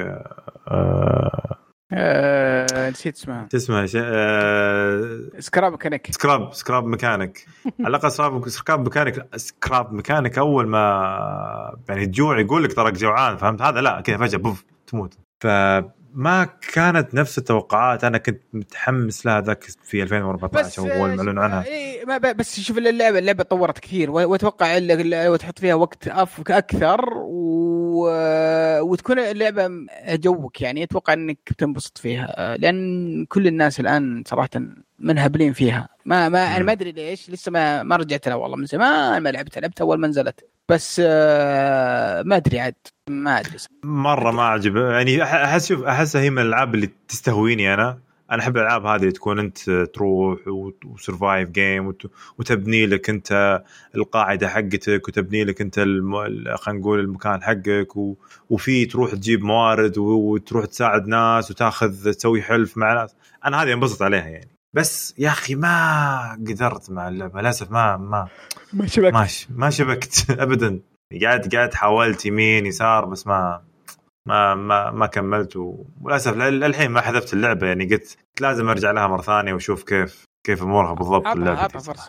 Speaker 1: آه
Speaker 2: آه نسيت اسمها
Speaker 1: اسمها آه
Speaker 2: سكراب ميكانيك
Speaker 1: سكراب سكراب ميكانيك على الأقل سكراب سكراب ميكانيك سكراب ميكانيك أول ما يعني تجوع يقول لك تراك جوعان فهمت. هذا لا كذا فجأة بوف تموت. فما كانت نفس التوقعات. أنا كنت متحمس لها ذاك في ألفين وأربعة عشر أول ما أعلنوا عنها.
Speaker 2: إيه ما بس شوف اللعبة اللعبة تطورت كثير وأتوقع اللي تحط فيها وقت أكثر و... وتكون اللعبة جوك يعني أتوقع أنك تنبسط فيها لأن كل الناس الآن صراحة منهبلين فيها. ما ما أنا ما أدري ليش لسه ما ما رجعت لها والله من زمان ما لعبتها لعبتها أول ما نزلت بس ما أدري عاد ما أدري
Speaker 1: مرة ما أعجب يعني أحس شوف أحسها هي من الألعاب اللي تستهويني. أنا أنا أحب الألعاب هذه اللي تكون أنت تروح وسرفايف جيم وتبني لك أنت القاعدة حقتك وتبني لك أنت الم... خلينا نقول المكان حقك و... وفي تروح تجيب موارد وتروح تساعد ناس وتأخذ تسوي حلف مع ناس. أنا هذه انبسط عليها يعني. بس يا أخي ما قدرت مع اللعبة للأسف ما ما
Speaker 2: ما شبكت
Speaker 1: ماشي ما شبكت أبدا. قاعد قاعد حاولت يمين يسار بس ما ما ما ما كملت وللأسف للحين ما حذفت اللعبة. يعني قلت لازم أرجع لها مرة ثانية وشوف كيف كيف أمورها بالضبط.
Speaker 2: اللعبة عطها فرصة عطها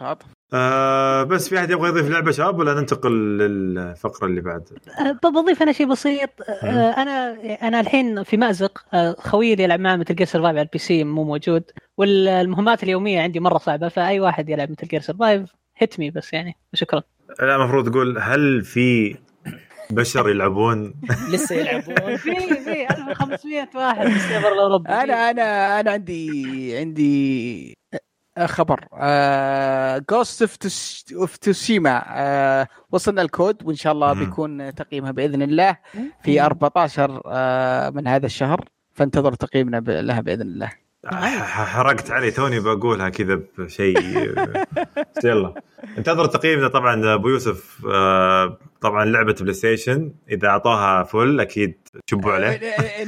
Speaker 1: آه بس في أحد يبغى يضيف لعبة شباب ولا ننتقل للفقرة اللي بعد؟
Speaker 4: بضيف أنا شيء بسيط. آه أنا أنا الحين في مأزق. آه خويي اللي يلعب معه مثل جير سرفايف على البي سي مو موجود، والمهمات اليومية عندي مرة صعبة، فأي واحد يلعب مثل جير سرفايف هتمي بس يعني. شكرا.
Speaker 1: لا المفروض تقول هل في بشر يلعبون؟
Speaker 3: لسه يلعبون
Speaker 4: في في ألف وخمسمية واحد في السيرفر الأوروبي.
Speaker 2: انا انا انا عندي عندي خبر. جوست اوف توشيما وصلنا الكود، وان شاء الله بيكون تقييمها باذن الله في أربعة عشر آه من هذا الشهر، فانتظروا تقييمنا لها باذن الله.
Speaker 1: حرقت علي توني بقولها كذا بشيء. يلا انتظر تقييمنا. طبعا ابو يوسف آه طبعا لعبه بلاي ستيشن اذا اعطاها فل اكيد تشبوا عليه.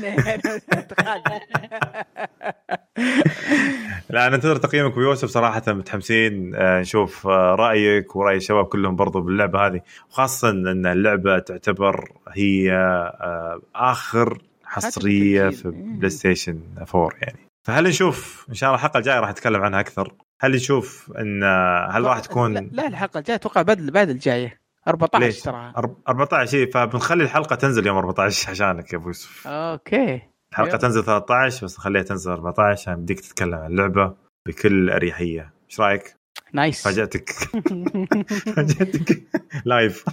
Speaker 1: لا ننتظر تقييمك ابو يوسف صراحه، متحمسين آه نشوف آه رايك وراي الشباب كلهم برضو باللعبه هذه، وخاصه ان اللعبه تعتبر هي آه اخر حصريه في بلاي ستيشن فور يعني. فهل نشوف ان شاء الله الحلقه الجايه راح نتكلم عنها اكثر؟ هل نشوف ان هل راح تكون
Speaker 2: لا, لا الحلقه الجايه اتوقع بعد بعد الجايه أربعة عشر ترى
Speaker 1: أربعة عشر، فبنخلي الحلقه تنزل يوم أربعة عشر عشانك يا ابو يوسف.
Speaker 2: اوكي
Speaker 1: الحلقه تنزل ثلاثة عشر بس نخليها تنزل أربعة عشر عشان بديك تتكلم عن اللعبه بكل اريحيه. ايش رايك؟
Speaker 2: نايس.
Speaker 1: فاجأتك فاجأتك لايف.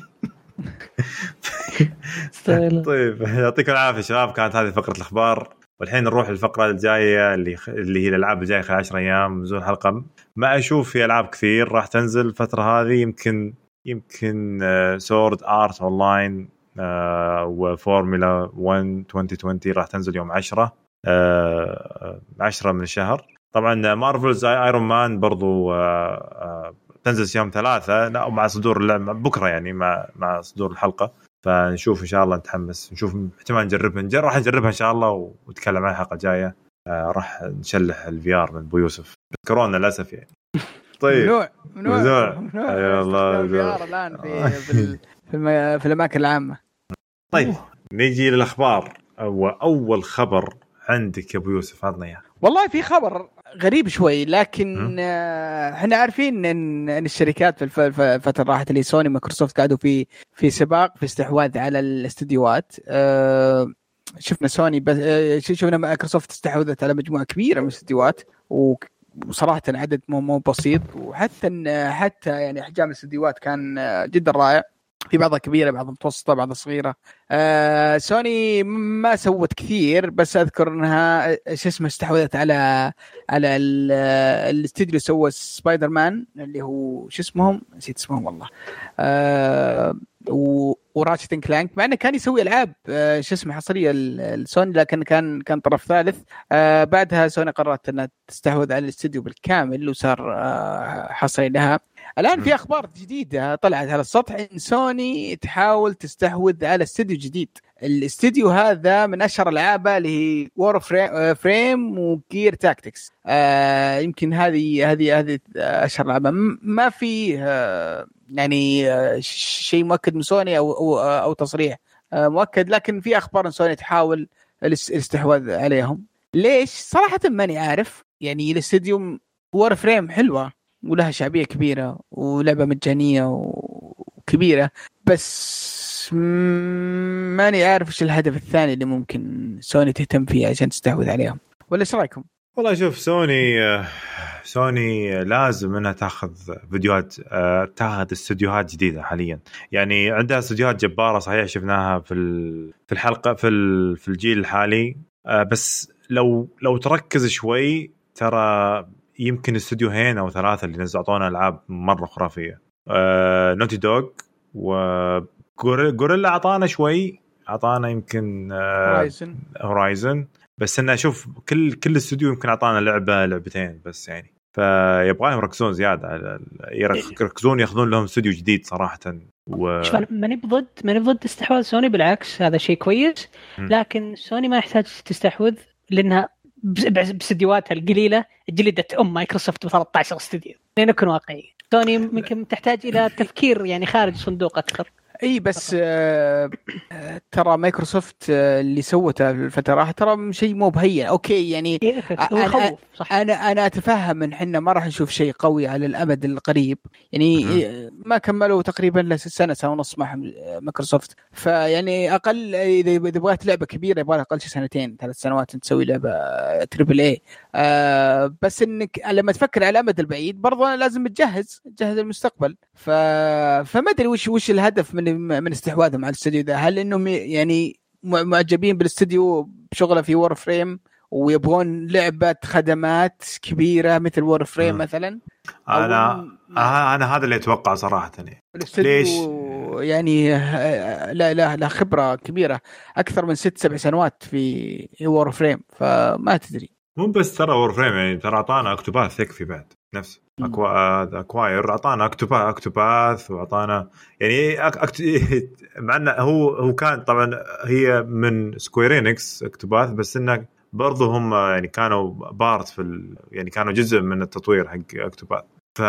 Speaker 1: طيب يعطيكم العافيه شباب، كانت هذه فقره الاخبار، والحين نروح للفقرة الجاية اللي خ... اللي هي الألعاب الجاية خلال عشر أيام نزول حلقة. ما أشوف في ألعاب كثير راح تنزل الفترة هذه، يمكن يمكن سورد آرت أونلاين وفورمولا واحد ألفين وعشرين راح تنزل يوم عشرة آه... عشرة من الشهر. طبعا مارفلز ايرون مان برضو آه... آه... تنزل يوم ثلاثة، لا مع صدور اللعبة بكرة يعني مع مع صدور الحلقة، فنشوف ان شاء الله نتحمس نشوف احتمال نجربها نجرب راح نجربها ان شاء الله ونتكلم عن الحلقه الجايه. آه راح نشلح الفي ار من ابو يوسف كورونا للاسف يعني. طيب
Speaker 2: ممنوع ممنوع
Speaker 1: اي والله
Speaker 2: الفي ار الان في في في, في الاماكن العامه.
Speaker 1: طيب نيجي للاخبار. اول خبر عندك يا ابو يوسف عطنا اياه.
Speaker 2: والله في خبر غريب شوي، لكن احنا عارفين ان الشركات في الفتره راحت اللي سوني مايكروسوفت قاعدوا في في سباق في استحواذ على الاستديوهات. اه شفنا سوني بس اه شفنا مايكروسوفت استحوذت على مجموعه كبيره من الاستديوهات، وصراحه عدد مو مو بسيط، وحتى حتى يعني احجام الاستديوهات كان جدا رائع، في بعضها كبيرة بعضها متوسطة بعضها صغيرة. آه سوني ما سوت كثير، بس أذكر أنها شو اسمه استحوذت على على الاستديو سوى سبايدر مان اللي هو شو اسمهم نسيت اسمهم والله، آه وراتشت اند كلانك، مع انه كان يسوي العاب آه شو اسمه حصريه السوني، لكن كان كان طرف ثالث. آه بعدها سوني قررت انها تستحوذ على الاستديو بالكامل وصار آه حصري لها. الان في اخبار جديده طلعت على السطح ان سوني تحاول تستحوذ على استديو جديد. الاستديو هذا من اشهر العابه اللي هي وور فريم وجير تاكتكس. آه يمكن هذه هذه هذه اشهر العابه، ما في آه يعني آه شيء مؤكد من سوني او او, أو تصريح آه مؤكد، لكن في اخبار ان سوني تحاول الاستحواذ عليهم. ليش صراحه ماني عارف. يعني الاستديو وور فريم حلوه ولها شعبيه كبيره ولعبه مجانيه وكبيره، بس ماني عارف ايش الهدف الثاني اللي ممكن سوني تهتم فيه عشان تستحوذ عليهم، ولا ايش رايكم؟
Speaker 1: والله شوف سوني سوني لازم انها تاخذ فيديوهات تاخذ استديوهات جديده حاليا. يعني عندها استديوهات جباره صحيح شفناها في في الحلقه في في الجيل الحالي، بس لو لو تركز شوي ترى يمكن استوديوهين او ثلاثه اللي نزعطونا العاب مره خرافيه. آه، نوتي دوغ وغوريلا عطانا شوي، عطانا يمكن
Speaker 2: هورايزن
Speaker 1: آه هورايزن، بس انا اشوف كل كل استوديو يمكن عطانا لعبه لعبتين بس يعني، فيبغاهم يركزون زياده، يركزون ياخذون لهم استوديو جديد صراحه. و...
Speaker 4: ماني بضد ماني بضد استحواذ سوني، بالعكس هذا شيء كويس، لكن سوني ما يحتاج تستحوذ لانها باستديوهاتها القليله جلدت ام مايكروسوفت ب ثلاثة عشر استديو. لنكون واقعي، سوني ممكن تحتاج الى تفكير يعني خارج صندوق اكثر.
Speaker 2: اي بس آه ترى مايكروسوفت آه اللي سوته الفتره ترى شيء مو بهين. اوكي يعني أنا, انا انا اتفهم ان احنا ما راح نشوف شيء قوي على الامد القريب يعني ما كملوا تقريبا لسنه سنه ونص مع مايكروسوفت. فيعني اقل اذا بغيت لعبه كبيره يبغى اقل شيء سنتين ثلاث سنوات تسوي لعبه تريبل اي. آه بس انك لما تفكر على الامد البعيد برضه لازم تجهز تجهز المستقبل. ف فما ادري وش وش الهدف من من استحواذهم على الاستوديو ده. هل انهم يعني معجبين بالاستوديو بشغله في وور فريم ويبغون لعبه خدمات كبيره مثل وور فريم مثلا؟
Speaker 1: انا انا هذا اللي اتوقع صراحه.
Speaker 2: ليش يعني لا لا لا خبره كبيره اكثر من ست سبع سنوات في وور فريم. فما تدري
Speaker 1: مو بس ترى وور فريم يعني ترى اعطانا اكتوباث يكفي بعد نفس أكوا... اكواير اعطانا اكتوباث اكتوباث واعطانا يعني أكت... مع انه هو هو كان طبعا هي من سكويرينكس اكتوباث بس انه برضو هم يعني كانوا بارت في ال... يعني كانوا جزء من التطوير حق اكتوباث. ف...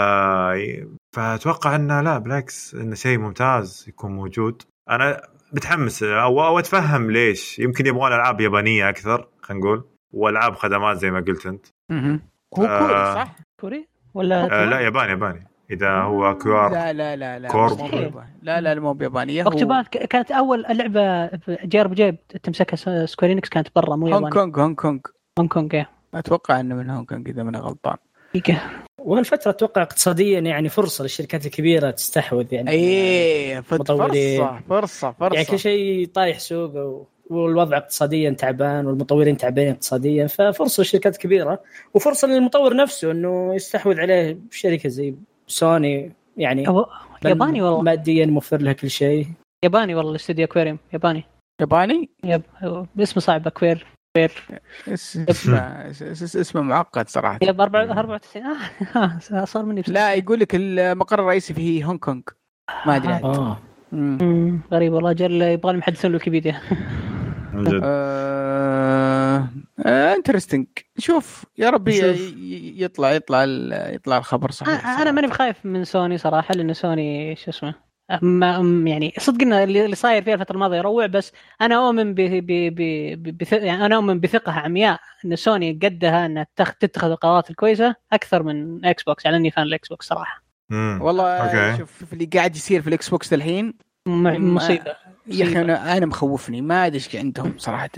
Speaker 1: فاتوقع انه لا بالعكس انه شيء ممتاز يكون موجود. انا متحمس او, أو اتفهم ليش يمكن يبغون العاب يابانيه اكثر خلينا نقول والعاب خدمات زي ما قلت انت.
Speaker 2: اها هو
Speaker 1: آه...
Speaker 2: كوري صح؟
Speaker 4: كوري ولا
Speaker 1: آه لا ياباني ياباني اذا هو كيوار.
Speaker 2: لا لا لا لا
Speaker 1: كورب.
Speaker 2: لا لا مو بيابانيه.
Speaker 4: اكتوباث كانت اول لعبه جي ار بي جي تمسكها سكويرينكس كانت برا مو ياباني.
Speaker 2: هونغ كونغ هونغ كونغ
Speaker 4: هونغ كونغ
Speaker 2: اتوقع انه من هونغ كونغ اذا انا غلطان.
Speaker 3: وهالفترة أتوقع اقتصاديا يعني فرصة للشركات الكبيرة تستحوذ يعني.
Speaker 2: إيه فرصة فرصة فرصة
Speaker 3: يعني كل شيء طايح سوق والوضع اقتصاديا تعبان والمطورين تعبانين اقتصاديا ففرصة للشركات الكبيرة وفرصة للمطور نفسه إنه يستحوذ عليه شركة زي سوني يعني
Speaker 4: ياباني والله
Speaker 3: ماديا موفر له كل شيء.
Speaker 4: ياباني والله الاستوديو أكواريوم ياباني
Speaker 2: ياباني
Speaker 4: يب اسمه صعب أكوير كوير
Speaker 2: اسمه اسمه معقد صراحة.
Speaker 4: يب أربعة وتسعين آه صار مني بسرعة.
Speaker 2: لا يقول لك المقر الرئيسي فيه هونغ كونغ ما أدري عاد.
Speaker 3: آه.
Speaker 4: امم غريب والله جل يبغى يحدثون له ويكيبيديا.
Speaker 2: انترستينج شوف يا ربي يطلع يطلع يطلع الخبر صحيح.
Speaker 4: انا ماني بخايف من سوني صراحه لان سوني شو اسمه ما يعني صدقنا اللي صاير فيها الفتره الماضيه يروع بس انا اؤمن ب ب ب يعني انا اؤمن بثقه عمياء ان سوني قدها انها تتخذ القرارات الكويسه اكثر من اكس بوكس. يعني اني فان الاكس بوكس صراحه.
Speaker 2: والله أوكي. شوف اللي قاعد يصير في الاكس بوكس الحين
Speaker 4: مصيبه
Speaker 2: يا اخي انا انا مخوفني ما ادري ايش عندهم صراحه.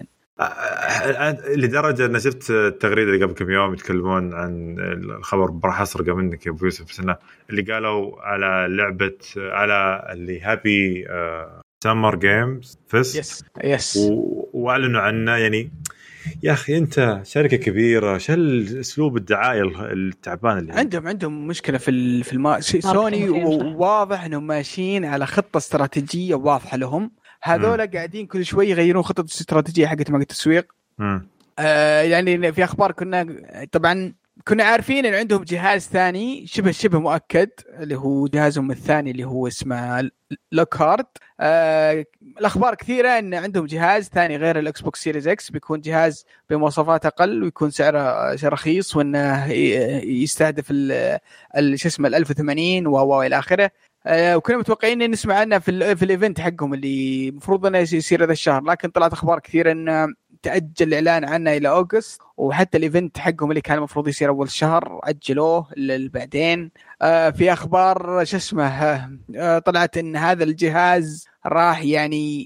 Speaker 1: لدرجه ان شفت التغريده اللي قبل كم يوم يتكلمون عن الخبر راح اسرقه منك يا ابو يوسف سنه اللي قالوا على لعبه على اللي هابي سمر جيمز فيست
Speaker 2: يس يس
Speaker 1: واعلنوا عنه. يعني يا اخي انت شركه كبيره شو الاسلوب الدعائي التعبان اللي
Speaker 2: عندهم عندهم مشكله في في الما... سوني واضح انهم ماشيين على خطه استراتيجيه واضحه لهم. هذولا قاعدين كل شوي يغيرون خطة الاستراتيجية حقت ماركت التسويق. آه يعني في أخبار كنا طبعا كنا عارفين إن عندهم جهاز ثاني شبه شبه مؤكد اللي هو جهازهم الثاني اللي هو اسمه لوكهارت. آه الأخبار كثيرة إن عندهم جهاز ثاني غير الإكس بوكس سيريز إكس بيكون جهاز بمواصفات أقل ويكون سعره رخيص وإنه يستهدف ال شو اسمه الألف وثمانين و إلى آخره. آه وكنا متوقعين ان نسمع عنه في في الايفنت حقهم اللي المفروض انه يصير هذا الشهر لكن طلعت اخبار كثيره ان تاجل الاعلان عنه الى اوغست وحتى الايفنت حقهم اللي كان المفروض يصير اول الشهر اجلوه بعدين. آه في اخبار شو اسمه آه طلعت ان هذا الجهاز راح يعني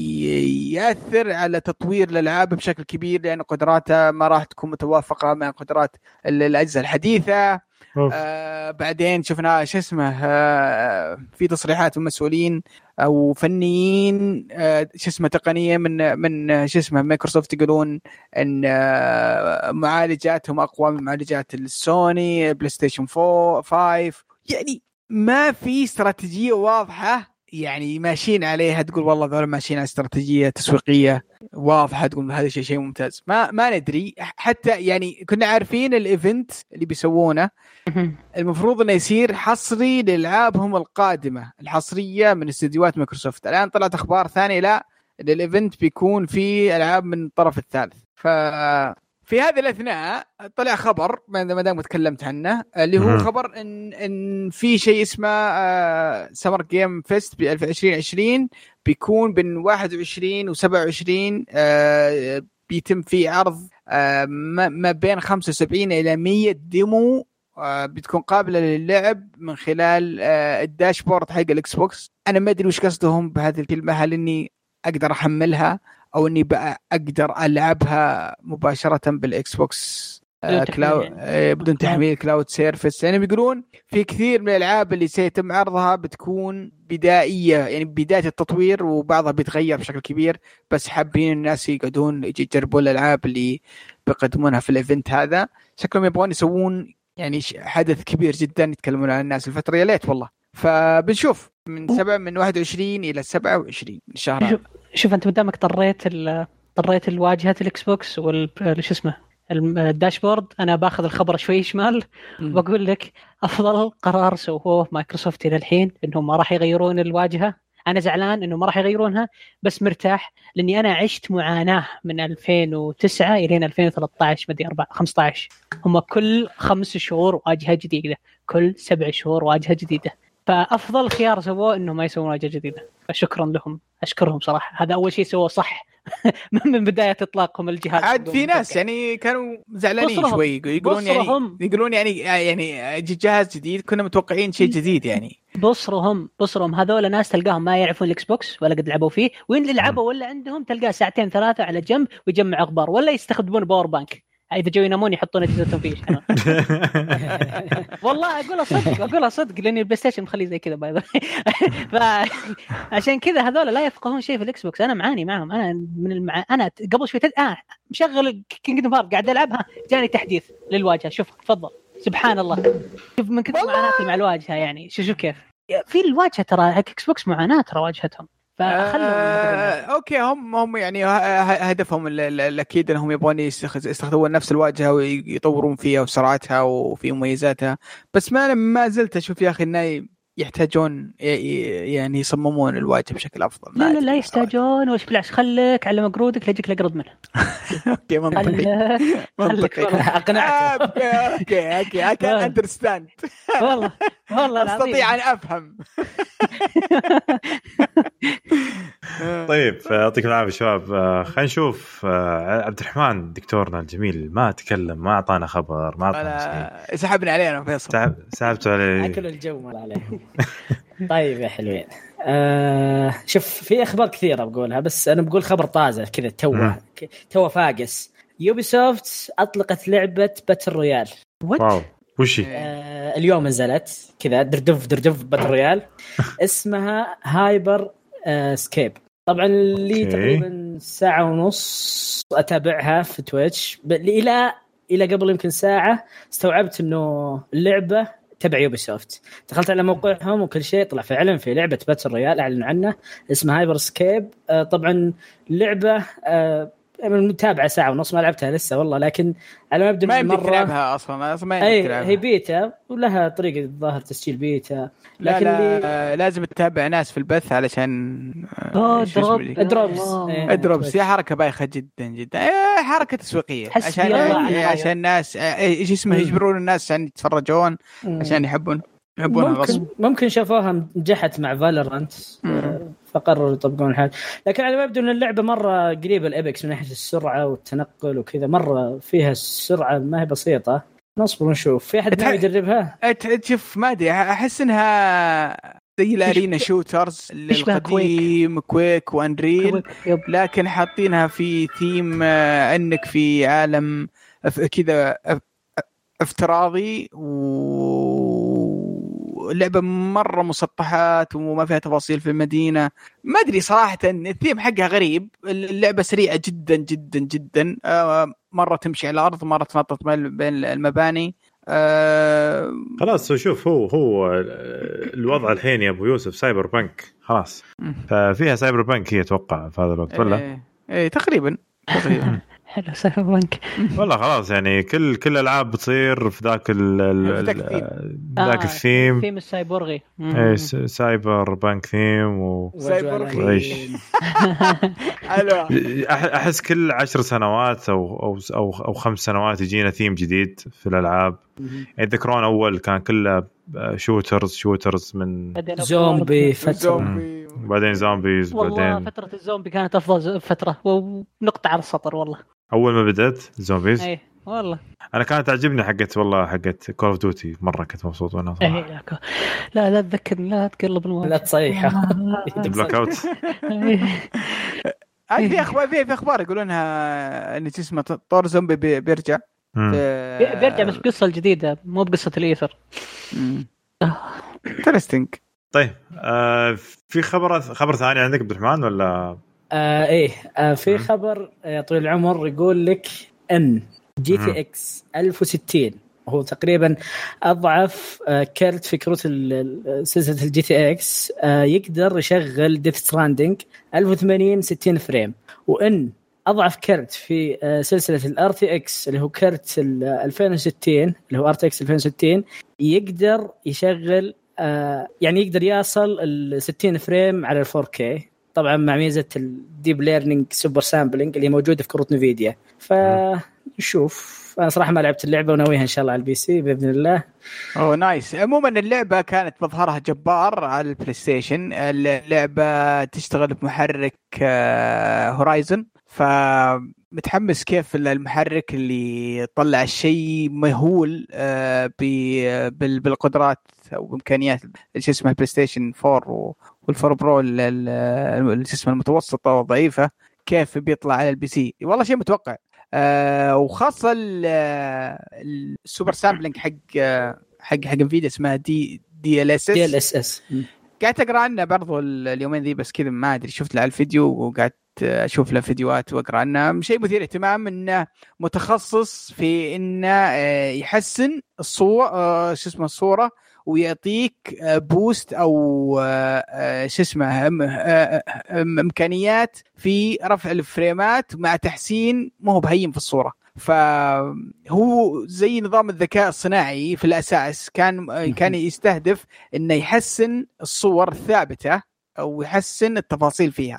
Speaker 2: يأثر على تطوير الألعاب بشكل كبير لأن قدراته ما راح تكون متوافقة مع قدرات الأجهزة الحديثة. آه بعدين شفنا شو اسمه آه في تصريحات من مسؤولين او فنيين آه شو اسمه تقنيه من من شو اسمه مايكروسوفت يقولون ان آه معالجاتهم اقوى من معالجات السوني بلاي ستيشن فور فايف. يعني ما في استراتيجيه واضحه يعني ماشيين عليها تقول والله ذول ماشيين على استراتيجيه تسويقيه واضحه تقول هذا شيء شيء ممتاز. ما ما ندري حتى يعني كنا عارفين الايفنت اللي بيسوونه المفروض انه يصير حصري لالعابهم القادمه الحصريه من استديوهات مايكروسوفت. الان طلعت اخبار ثانيه لا الايفنت بيكون فيه العاب من الطرف الثالث. ف في هذه الاثناء طلع خبر ما دام تكلمت عنه اللي هو خبر ان ان في شيء اسمه سمر جيم فيست ب ألفين وعشرين عشرين بيكون بين واحد وعشرين وسبعة وعشرين بيتم فيه عرض ما بين خمسة وسبعين الى مية ديمو بتكون قابله للعب من خلال الداشبورد حق الاكس بوكس. انا ما ادري وش قصدهم بهذه الكلمه، هل اني اقدر احملها او اني بقى اقدر العبها مباشره بالاكس بوكس كلاود بدون تحميل كلاود سيرفيس؟ يعني بيقولون في كثير من الالعاب اللي سيتم عرضها بتكون بدائيه، يعني بدايه التطوير، وبعضها بيتغير بشكل كبير، بس حابين الناس يقعدون يجربوا الالعاب اللي بيقدمونها في الايفنت هذا. شكلهم يبغون يسوون يعني حدث كبير جدا يتكلمون عن الناس الفتره، يا ليت والله. فبنشوف من سبعة من واحد وعشرين الى سبعة وعشرين شهر.
Speaker 4: شوف, شوف انت قدامك طريت طريت الواجهه الاكس بوكس والش اسمه الداشبورد. انا باخذ الخبر شوي شمال وبقول لك افضل قرار سووه مايكروسوفت الى الحين انهم ما راح يغيرون الواجهه. انا زعلان انه ما راح يغيرونها بس مرتاح، لاني انا عشت معاناه من ألفين وتسعة الى ألفين وثلاثة عشر مدري أربعة خمسة عشر، هم كل خمس شهور واجهه جديده، كل سبع شهور واجهه جديده. فافضل خيار سووه انه ما يسوون واجهه جديده، فشكرا لهم، اشكرهم صراحه. هذا اول شيء سووه صح من بدايه اطلاقهم الجهاز.
Speaker 2: عاد في ناس يعني كانوا زعلانين شوي، يقولون يعني يقولون يعني يعني جهاز جديد، كنا متوقعين شيء جديد. يعني
Speaker 4: بصرهم بصرهم هذول ناس تلقاهم ما يعرفون الاكس بوكس ولا قد لعبوا فيه، وين اللي لعبوا ولا عندهم تلقاه ساعتين ثلاثه على جنب ويجمع اخبار، ولا يستخدمون باور بانك اذا جو ينامون يحطون اجهزتهم فيه. والله اقولها صدق اقولها صدق لاني البلاي ستيشن مخليه زي كذا بايظ. فعشان كذا هذول لا يفقهون شيء في الاكس بوكس. انا معاني معهم. انا من المع... انا قبل شوي تد... آه مشغل كينجدم هارت قاعد العبها، جاني تحديث للواجهه. شوف تفضل سبحان الله، شوف من كثر معاناتي مع الواجهه. يعني شوف شوف كيف في الواجهه ترى اكس بوكس معاناه ترى واجهتهم. فخلوا
Speaker 2: آه اوكي هم هم يعني هدفهم الاكيد انهم يبغون يستخدمون نفس الواجهه ويطورون فيها وسرعتها وفي مميزاتها، بس ما ما زلت اشوف يا اخي انه يحتاجون يعني يصممون الواجهه بشكل افضل.
Speaker 4: لا لا, لا يحتاجون. وش بالعكس خليك على مقرودك ليجيك الاقرب منه.
Speaker 2: اوكي منطقي منطقي اقنعت. اوكي اوكي اي كان اندرستاند.
Speaker 4: والله والله
Speaker 2: استطيع ان افهم.
Speaker 1: طيب يعطيكم العافيه شباب. خلينا نشوف عبد الرحمن دكتورنا الجميل ما تكلم، ما اعطانا خبر، ما اعطانا
Speaker 2: شيء. سحبنا علينا فيصل،
Speaker 1: سحبت عليه
Speaker 3: اكل الجو مال عليه. طيب يا حلوين، آه شوف في اخبار كثيره بقولها، بس انا بقول خبر طازه كذا توه توه فاقس. يوبيسوفت اطلقت لعبه باتل رويال.
Speaker 1: واو وشي
Speaker 3: آه اليوم نزلت كذا دردف دردف باتل رويال اسمها هايبر آه سكيب. طبعا لي تقريبا ساعه ونص اتابعها في تويتش، الى الى قبل يمكن ساعه استوعبت انه اللعبه تبع يوبيسوفت. دخلت على موقعهم وكل شيء طلع فعلا في لعبه باتل رويال اعلنوا عنها اسمها هايبر سكيب. آه طبعا اللعبه آه من متابعه ساعه ونص، ما لعبتها لسه والله، لكن على ما ابدا
Speaker 2: ما يمديك تلعبها اصلا اصلا ما يمديك تلعبها.
Speaker 3: هي بيتا ولها طريقه الظاهر تسجيل بيتا،
Speaker 2: لكن لا لا لازم تتابع ناس في البث علشان
Speaker 3: دروب دروبس
Speaker 2: دروبس. هي حركه بايخه جدا جدا، ايه حركه تسويقيه عشان عشان الناس ايش اسمه يجبرون الناس عشان يتفرجون عشان يحبون يحبونها غصب.
Speaker 3: ممكن شافوها نجحت مع فالورانت فقرروا يطبقون الحال، لكن على ما يبدو ان اللعبه مره قريبه الابيكس من ناحيه السرعه والتنقل وكذا، مره فيها السرعه ما هي بسيطه. نصبر ونشوف. في احد ناوي يجربها؟
Speaker 2: تشوف ما ادري، احس انها زي الارينا شوترز القديم كويك وانريل، لكن حاطينها في ثيم انك في عالم كذا افتراضي، واللعبة مرة مسطحات وما فيها تفاصيل في المدينة. ما أدري صراحة، الثيم حقها غريب. اللعبة سريعة جدا جدا جدا، مرة تمشي على الأرض مرة تنطط بين المباني. أه
Speaker 1: خلاص شوف هو هو الوضع الحين يا أبو يوسف سايبر بانك خلاص، ففيها سايبر بانك هي توقع في هذا الوقت ولا؟
Speaker 2: إيه, إيه تقريبا تقريبا.
Speaker 4: حلو سايبر بانك.
Speaker 1: والله خلاص يعني كل كل العاب بتصير في ذاك ال ذاك الثيم
Speaker 4: ثيم السايبورغي.
Speaker 1: اي سايبر بانك ثيم و
Speaker 2: سايبورغي.
Speaker 1: احس كل عشر سنوات او او او, أو خمس سنوات يجينا ثيم جديد في الالعاب. يعني ذكرون اول كان كله شوترز شوترز من
Speaker 3: زومبي فترة
Speaker 1: بعدين زومبيز
Speaker 4: والله
Speaker 1: بعدين
Speaker 4: فترة الزومبي كانت أفضل فترة ونقطة على السطر والله
Speaker 1: أول ما بدأت زومبيز.
Speaker 4: أيه والله
Speaker 1: أنا كانت تعجبني حقت والله حقت كول أوف ديوتي مرة كنت مبسوط وأنا صراحة.
Speaker 4: أيه لا لا تذكرني لا تقلب الموضوع
Speaker 3: لا تصيحة
Speaker 1: بلاك أوت.
Speaker 2: هاي في أخبار في أخبار يقولونها إن اسمه طور زومبي بيرجع
Speaker 4: بيرجع بس قصة الجديدة مو بقصة الإيثر.
Speaker 2: ترستنج.
Speaker 1: طيب آه في خبر خبر ثاني عندك عبد الرحمن ولا؟
Speaker 3: آه ايه آه في خبر يا طويل العمر يقول لك ان جي تي اكس ألف وستين هو تقريبا اضعف آه كارت في كروت سلسله الجي تي اكس آه يقدر يشغل ديث ستراندنج ألف وثمانين ستين فريم. وان اضعف كارت في آه سلسله الار تي اكس اللي هو كارت ألفين وستين اللي هو ار تي اكس ألفين وستين يقدر يشغل آه يعني يقدر يصل ال ستين فريم على ال فور كي طبعا مع ميزه الديب ليرنينج سوبر سامبلينج اللي موجوده في كروت نفيديا. فنشوف انا صراحه ما لعبت اللعبه وناويها ان شاء الله على البي سي باذن الله.
Speaker 2: اوه نايس. عموما اللعبه كانت مظهرها جبار على البلاي ستيشن. اللعبه تشتغل بمحرك هورايزن فمتحمس كيف المحرك اللي يطلع الشيء مهول بالقدرات او بامكانيات ايش اسمه البلاي ستيشن فور والفور برو اللي اسمه المتوسطه وضعيفه كيف بيطلع على البي سي. والله شيء متوقع. آه وخاصه السوبر سامبلينج حق حق حق انفيديا اسمها دي دي ال اس اس
Speaker 3: دي ال اس اس
Speaker 2: قاعد اقرا عنه برضو اليومين ذي بس كذا ما ادري شفت له الفيديو وقعدت اشوف له فيديوهات واقرا عنه. شيء مثير اهتمام انه متخصص في انه يحسن الصور شو اسمه الصوره ويعطيك بوست او شو اسمه امكانيات في رفع الفريمات مع تحسين ما هو بهين في الصوره. فهو زي نظام الذكاء الصناعي في الاساس كان كان يستهدف انه يحسن الصور الثابته او يحسن التفاصيل فيها.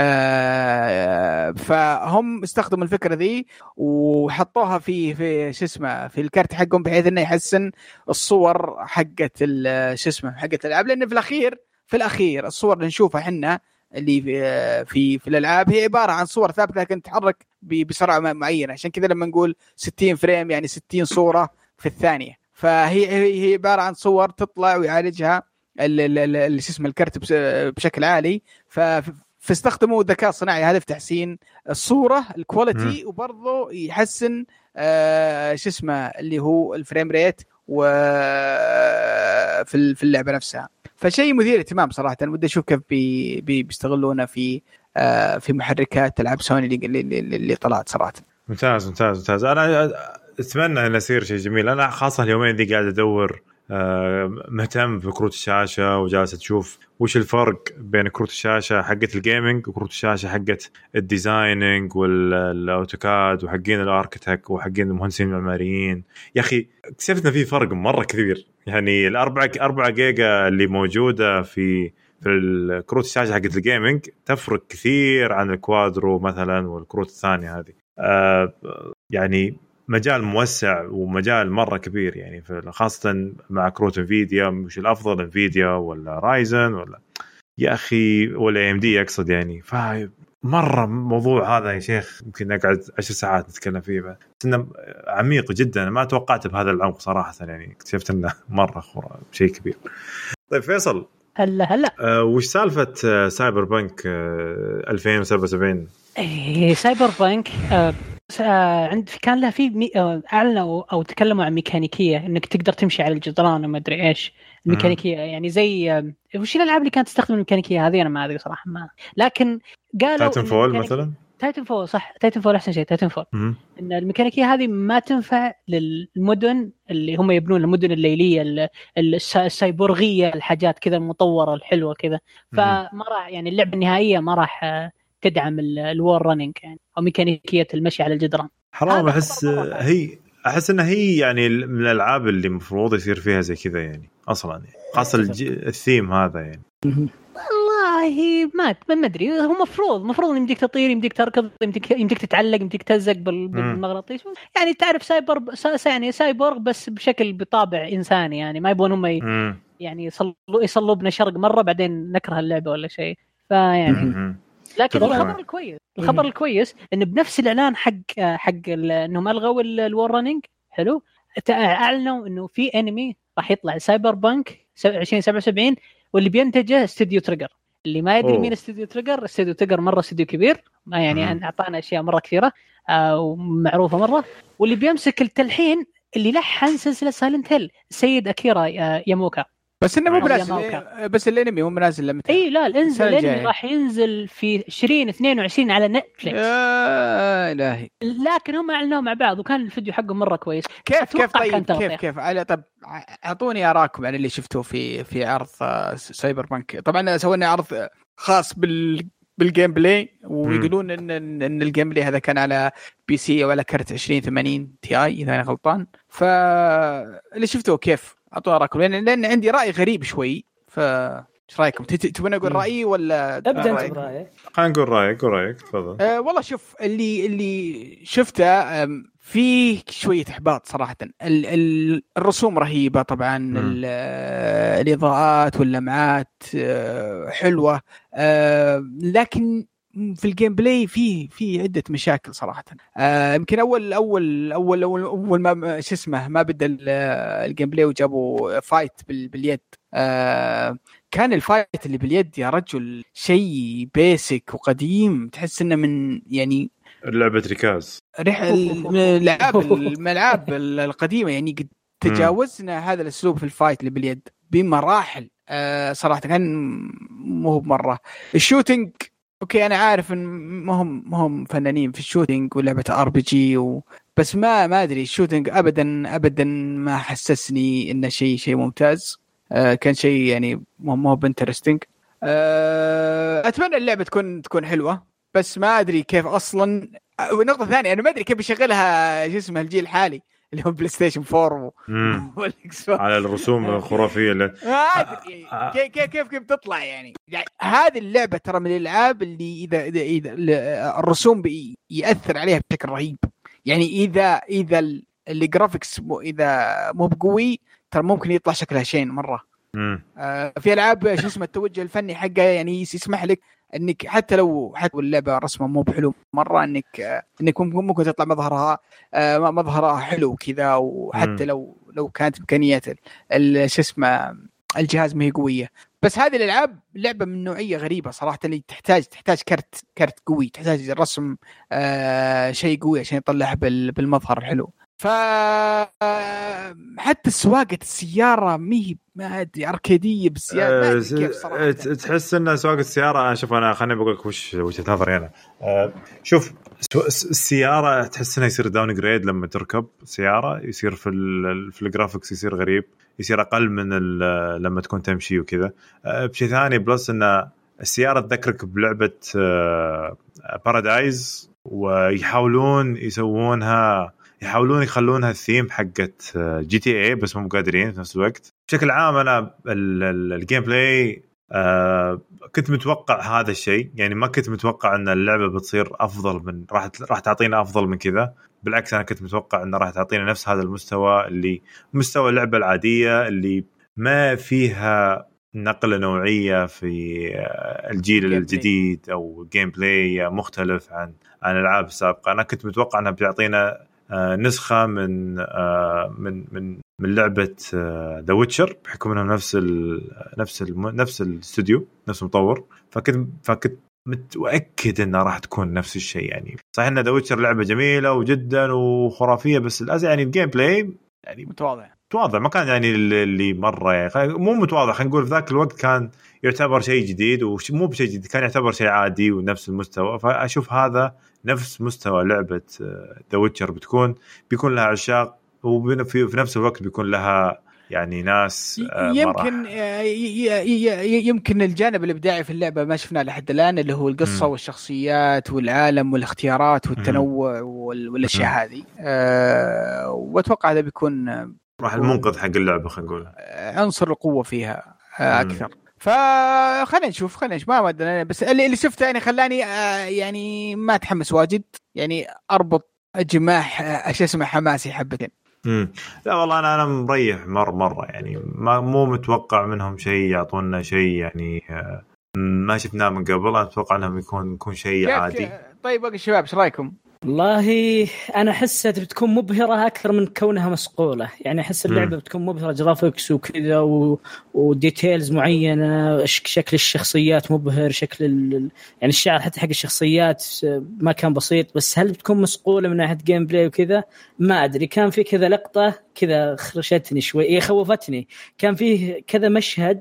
Speaker 2: آه فهم استخدموا الفكره ذي وحطوها في في شو اسمه في الكارت حقهم بحيث انه يحسن الصور حقت شو اسمه حقت الالعاب. لان في الاخير في الاخير الصور اللي نشوفها احنا اللي في في, في الالعاب هي عباره عن صور ثابته لكن تتحرك بسرعه معينه. عشان كذا لما نقول ستين فريم يعني ستين صوره في الثانيه. فهي هي عباره عن صور تطلع ويعالجها اللي اسمه الكارت بشكل عالي. ف فاستخدموا الذكاء الصناعي هذا في تحسين الصورة الكواليتي وبرضه يحسن آه شو اسمه اللي هو الفريم ريت وفي في اللعبة نفسها. فشيء مثير اهتمام صراحة. أنا بدي أشوف كيف بي بي بيستغلونه في آه في محركات ألعاب سوني اللي, اللي, اللي طلعت صراحة.
Speaker 1: ممتاز ممتاز ممتاز. أنا أتمنى أن يصير شيء جميل. أنا خاصة اليومين دي قاعد أدور مهتم بكروت الشاشة وجالس تشوف وش الفرق بين كروت الشاشة حقت الجيمينج وكروت الشاشة حقت الديزايننج والأوتوكاد وحقين الاركتك وحقين المهندسين المعماريين. يا أخي اكتشفنا في فرق مرة كبير. يعني الأربعة أربعة جيجا اللي موجودة في في الكروت الشاشة حقت الجيمينج تفرق كثير عن الكوادرو مثلا والكروت الثانية هذه. آه يعني مجال موسع ومجال مرة كبير يعني خاصة مع كروت انفيديا. مش الأفضل انفيديا ولا رايزن ولا يا أخي ولا ام دي أقصد يعني. فمرة موضوع هذا يا شيخ يمكن نقعد عشر ساعات نتكلم فيه بس إنه عميق جدا. ما توقعت بهذا العمق صراحة يعني اكتشفت إنه مرة خرا شيء كبير. طيب فيصل
Speaker 4: هلا هلا
Speaker 1: أه وش سالفة أه سايبر بانك أه ألفين وسبعة وسبعين؟
Speaker 4: إيه سايبر بانك أه عند كان له في اعلنوا او تكلموا عن ميكانيكيه انك تقدر تمشي على الجدران وما ادري ايش الميكانيكيه. يعني زي وش الالعاب اللي كانت تستخدم الميكانيكيه هذه انا ما ادري صراحه ما. لكن قالوا
Speaker 1: تايتن فول مثلا.
Speaker 4: تايتن فول صح. تايتن فول احسن شيء تايتن فول. ان الميكانيكيه هذه ما تنفع للمدن اللي هم يبنون المدن الليليه السايبورغيه الحاجات كذا المطوره الحلوه كذا. فما راح يعني اللعبه النهائيه ما راح تدعم الوور رننج يعني. او ميكانيكيه المشي على الجدران.
Speaker 1: حرام احس هي احس انها هي يعني من الالعاب اللي المفروض يصير فيها زي كذا يعني اصلا يعني خاصه الج... الثيم هذا يعني.
Speaker 4: والله ما ما ادري هو مفروض مفروض يمديك تطير يمديك تركض يمديك يمديك تتعلق يمديك تلزق بالمغناطيس يعني تعرف سايبر يعني سايبورغ بس بشكل بطابع انساني يعني ما يبون هم ي... يعني يصلوا يصلوا شرق مره بعدين نكره اللعبه ولا شيء فيعني. لكن الخبر الكويس الخبر الكويس ان بنفس الاعلان حق حق انهم الغوا الوور رانينج حلو اعلنوا انه في انمي راح يطلع سايبر بانك عشرين سبعة وسبعين واللي بينتجه استوديو تريجر. اللي ما يدري مين استوديو تريجر استوديو تريجر مره استوديو كبير ما يعني اعطانا اشياء مره كثيره آه ومعروفه مره. واللي بيمسك التلحين اللي لحن سلسله سايلنت هيل السيد اكيرا ياموكا.
Speaker 2: بس انه مو بنازل بس الانمي مو بنازل لمتى؟
Speaker 4: اي لا الانزل الانمي راح ينزل في عشرين اثنين وعشرين على نتفليكس.
Speaker 2: يا الهي.
Speaker 4: لكن هم اعلنوا مع بعض وكان الفيديو حقه مره كويس.
Speaker 2: كيف كيف طيب كيف كيف على طب اعطوني اراكم عن اللي شفتوه في في عرض سايبر بانك. طبعا سوينا عرض خاص بال بالجيم بلاي ويقولون ان ان الجيم بلاي هذا كان على بي سي ولا كرت عشرين ثمانين تي اي اذا انا غلطان. فاللي شفتوه كيف اعطوا رايكم لان لان عندي راي غريب شوي. ف ايش رايكم؟ تبون اقول رايي ولا
Speaker 3: ابدا انت برايك؟
Speaker 1: خلينا نقول رايك قول رايك تفضل.
Speaker 2: أه والله شوف اللي اللي شفته في شويه احباط صراحه. ال ال الرسوم رهيبه طبعا الاضاءات واللمعات أه حلوه أه لكن في الجيم بلاي في في عده مشاكل صراحه. يمكن اول اول اول اول, أول ما شو اسمه ما بدا الجيم بلاي وجابوا فايت باليد. آه كان الفايت اللي باليد يا رجل شيء بيسك وقديم تحس انه من يعني
Speaker 1: لعبه ركاز
Speaker 2: ريح الالعاب الملعب القديمه يعني قد تجاوزنا هذا الاسلوب في الفايت اللي باليد بمراحل. آه صراحه كان مو بمره. الشوتينج اوكي انا عارف ان مهم مهم فنانين في الشوتينج ولعبه ار بي جي و... بس ما ما ادري الشوتينج ابدا ابدا ما حسسني انه شيء شيء ممتاز. آه كان شيء يعني مو مو بانترستينج. آه اتمنى اللعبه تكون تكون حلوه بس ما ادري كيف اصلا. ونقطه ثانيه انا ما ادري كيف يشغلها شو اسمه الجيل الحالي اللي هو بلاي ستيشن فور
Speaker 1: والاكس على الرسوم الخرافيه اللي
Speaker 2: كيف كيف كيف كيف تطلع يعني. يعني هذه اللعبه ترى من الالعاب اللي اذا اذا, إذا الرسوم ياثر عليها بشكل رهيب. يعني اذا اذا الجرافيكس اذا مو بقوي ترى ممكن يطلع شكلها شين مره. آه في العاب شو اسمه التوجه الفني حقه يعني يسمح لك انك حتى لو حتى اللعبه رسمها مو بحلو مره انك انك ممكن تطلع مظهرها آه مظهرها حلو كذا. وحتى لو لو كانت امكانيات شو اسمه الجهاز ما هي قويه. بس هذه الالعاب لعبه من نوعيه غريبه صراحه اللي تحتاج تحتاج كرت كرت قوي تحتاج رسم آه شيء قوي عشان يطلعها بالمظهر الحلو. ف حتى سواقه السياره مي ما ادري اركيديه بالسياره كيف صراحه
Speaker 1: تحس ان سواقه السياره. شوف انا خليني بقول لك وش وجهه نظري انا. أه شوف السياره تحس انها يصير داون جريد لما تركب سياره يصير في في الجرافيكس يصير غريب يصير اقل من لما تكون تمشي وكذا. أه بشيء ثاني بلس ان السياره تذكرك بلعبه أه بارادايز ويحاولون يسوونها يحاولون يخلونها الثيم حقت جي تي اي بس مو قادرين في نفس الوقت. بشكل عام انا الجيم بلاي آه كنت متوقع هذا الشيء يعني ما كنت متوقع ان اللعبه بتصير افضل من راح راح تعطينا افضل من كذا. بالعكس انا كنت متوقع ان راح تعطينا نفس هذا المستوى اللي مستوى اللعبه العاديه اللي ما فيها نقله نوعيه في الجيل الجديد او جيم بلاي مختلف عن عن الالعاب السابقه. انا كنت متوقع انها بتعطينا آه نسخة من آه من من من لعبة ذا ويتشر بحكم انهم نفس ال نفس ال نفس الاستوديو نفس المطور. فكنت فكنت متأكد انها راح تكون نفس الشيء. يعني صحيح ان ذا ويتشر لعبة جميلة وجدا وخرافية بس للأسف يعني الجيم بلاي
Speaker 2: يعني متواضع
Speaker 1: متواضع ما كان يعني اللي مرة يعني مو متواضع خلينا نقول في ذاك الوقت كان يعتبر شيء جديد ومو بشيء جديد كان يعتبر شيء عادي ونفس المستوى. فأشوف هذا نفس مستوى لعبة ذا ويتشر بتكون بيكون لها عشاق وفي في نفس الوقت بيكون لها يعني ناس
Speaker 2: يمكن يمكن الجانب الابداعي في اللعبه ما شفناه لحد الان اللي هو القصه م. والشخصيات والعالم والاختيارات والتنوع والاشياء هذه أه واتوقع هذا بيكون
Speaker 1: راح المنقذ حق اللعبه خلينا نقول
Speaker 2: عنصر القوه فيها اكثر. فخلينا نشوف خلينا نشوف ما ودنا بس اللي اللي شفته يعني خلاني آه يعني ما اتحمس واجد يعني اربط جماح ايش اسمه حماسي حبتين.
Speaker 1: امم لا والله انا انا مريح مره مره يعني ما مو متوقع منهم شيء يعطونا شيء يعني آه ما شفناه من قبل. انا اتوقع انهم يكون يكون شيء عادي.
Speaker 2: طيب باقي الشباب ايش رايكم؟
Speaker 3: والله انا احسها بتكون مبهره اكثر من كونها مسقوله. يعني احس اللعبه م. بتكون مبهره جرافيكس وكذا و... وديتيلز معينه شكل الشخصيات مبهر شكل ال... يعني الشعر حتى حق الشخصيات ما كان بسيط. بس هل بتكون مسقوله من ناحيه جيم بلاي وكذا ما ادري. كان في كذا لقطه كذا خرشتني شوي خوفتني. كان فيه كذا مشهد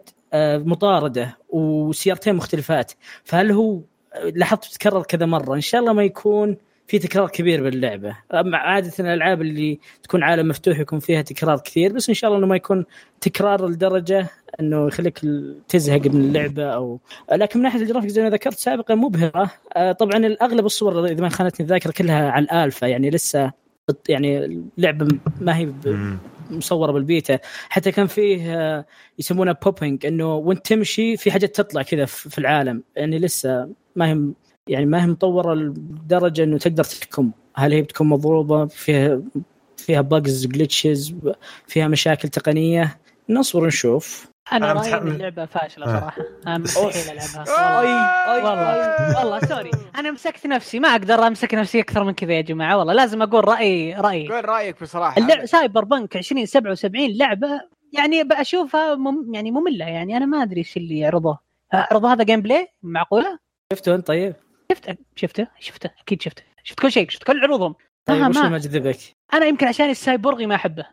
Speaker 3: مطارده وسيارتين مختلفات. فهل هو لاحظت تتكرر كذا مره؟ ان شاء الله ما يكون في تكرار كبير باللعبة. عادة الألعاب اللي تكون عالم مفتوح يكون فيها تكرار كثير بس إن شاء الله إنه ما يكون تكرار لدرجة إنه يخليك تزهق من اللعبة أو. لكن من ناحية الجرافيك زي ما ذكرت سابقا مبهرة. طبعا الأغلب الصور إذا ما خانتني الذاكرة كلها على الألفا يعني لسه يعني اللعبة ما هي مصورة بالبيتا. حتى كان فيه يسمونه بوبينج إنه وانت تمشي في حاجة تطلع كذا في العالم يعني لسه ما هي يعني ما هي مطورة لدرجة إنه تقدر تحكم هل هي بتكون مضروبة فيها فيها باجز جليتشز فيها مشاكل تقنية. نصبر نشوف.
Speaker 4: أنا, أنا رأيي اللعبة فاشلة صراحة. أنا مستحيل ألعبها والله والله سوري. أنا مسكت نفسي ما أقدر أمسك نفسي أكثر من كذا يا جماعة. والله لازم أقول رأيي رأيي
Speaker 2: قول رأيك بصراحة.
Speaker 4: اللعبة سايبر بنك عشرين سبعة وسبعين لعبة يعني بأشوفها مم يعني مملة. يعني أنا ما أدري إيش اللي يعرضه عرضه هذا جيم بلاي معقولة؟
Speaker 3: شفته أنت؟ طيب
Speaker 4: شفته شفته شفته أكيد شفته شفت كل شيء شفت كل عروضهم.
Speaker 3: طيب وش ما جذبك؟
Speaker 4: أنا يمكن عشان السايبورغي ما أحبه.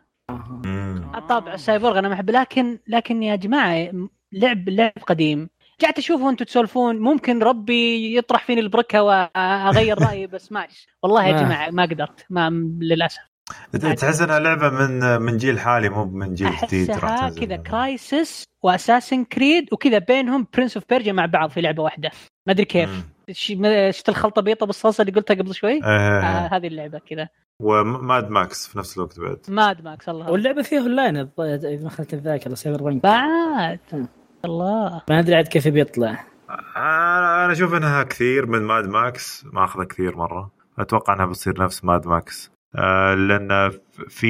Speaker 4: الطابع السايبورغ أنا ما أحبه. لكن لكن يا جماعة لعب لعب قديم قاعد أشوفه وأنتوا تسولفون ممكن ربي يطرح فيني البركة وأغير رأيي بس ماش والله يا جماعة ما قدرت ما للأسف.
Speaker 1: تحس انها لعبه من من جيل حالي مو من جيل جديد.
Speaker 4: راح كذا كرايسس واساسن كريد وكذا بينهم برنس اوف بيرجيا مع بعض في لعبه واحده ما ادري كيف. شفت الخلطه بيضه بالصلصه اللي قلتها قبل شوي. آه هذه اللعبه كذا
Speaker 1: وماد ماكس في نفس الوقت بعد.
Speaker 4: ماد ماكس الله.
Speaker 3: واللعبه فيها اونلاين اذا ما خلت الذاكره سايبر بنك
Speaker 4: بعد الله ما
Speaker 3: ادري عاد كيف بيطلع.
Speaker 1: انا انا اشوف انها كثير من ماد ماكس ما اخذها كثير مره. اتوقع انها بتصير نفس ماد ماكس آه لأن في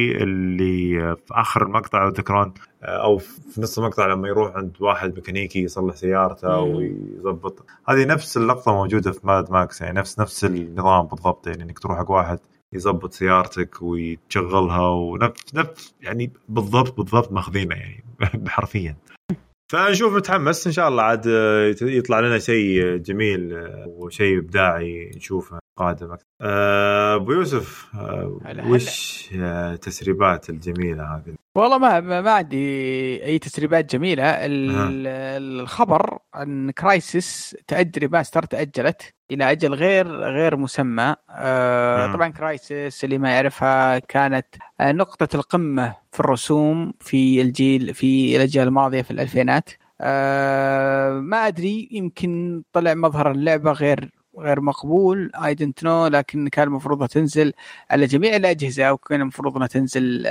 Speaker 1: اللي في آخر المقطع أو تكرون آه أو في نص المقطع لما يروح عند واحد ميكانيكي يصلح سيارته ويضبط. هذه نفس اللقطة موجودة في ماد ماكس يعني نفس نفس النظام بالضبط. يعني إنك تروح حق واحد يضبط سيارتك ويتشغلها ونفس نفس يعني بالضبط بالضبط ماخذينه يعني بحرفيا. فنشوف متحمس إن شاء الله عاد يطلع لنا شيء جميل وشيء إبداعي نشوفه قادم. أبو يوسف وش تسريبات الجميلة هذه؟
Speaker 2: والله ما ما عندي أي تسريبات جميلة. الخبر أن كرايسيس تأجل ريماستر تأجلت إلى أجل غير غير مسمى. طبعا كرايسيس اللي ما يعرفها كانت نقطة القمة في الرسوم في الجيل في الأجيال الماضية في الألفينات. ما أدري يمكن طلع مظهر اللعبة غير غير مقبول I don't know. لكن كان المفروض تنزل على جميع الأجهزة وكان المفروض أنها تنزل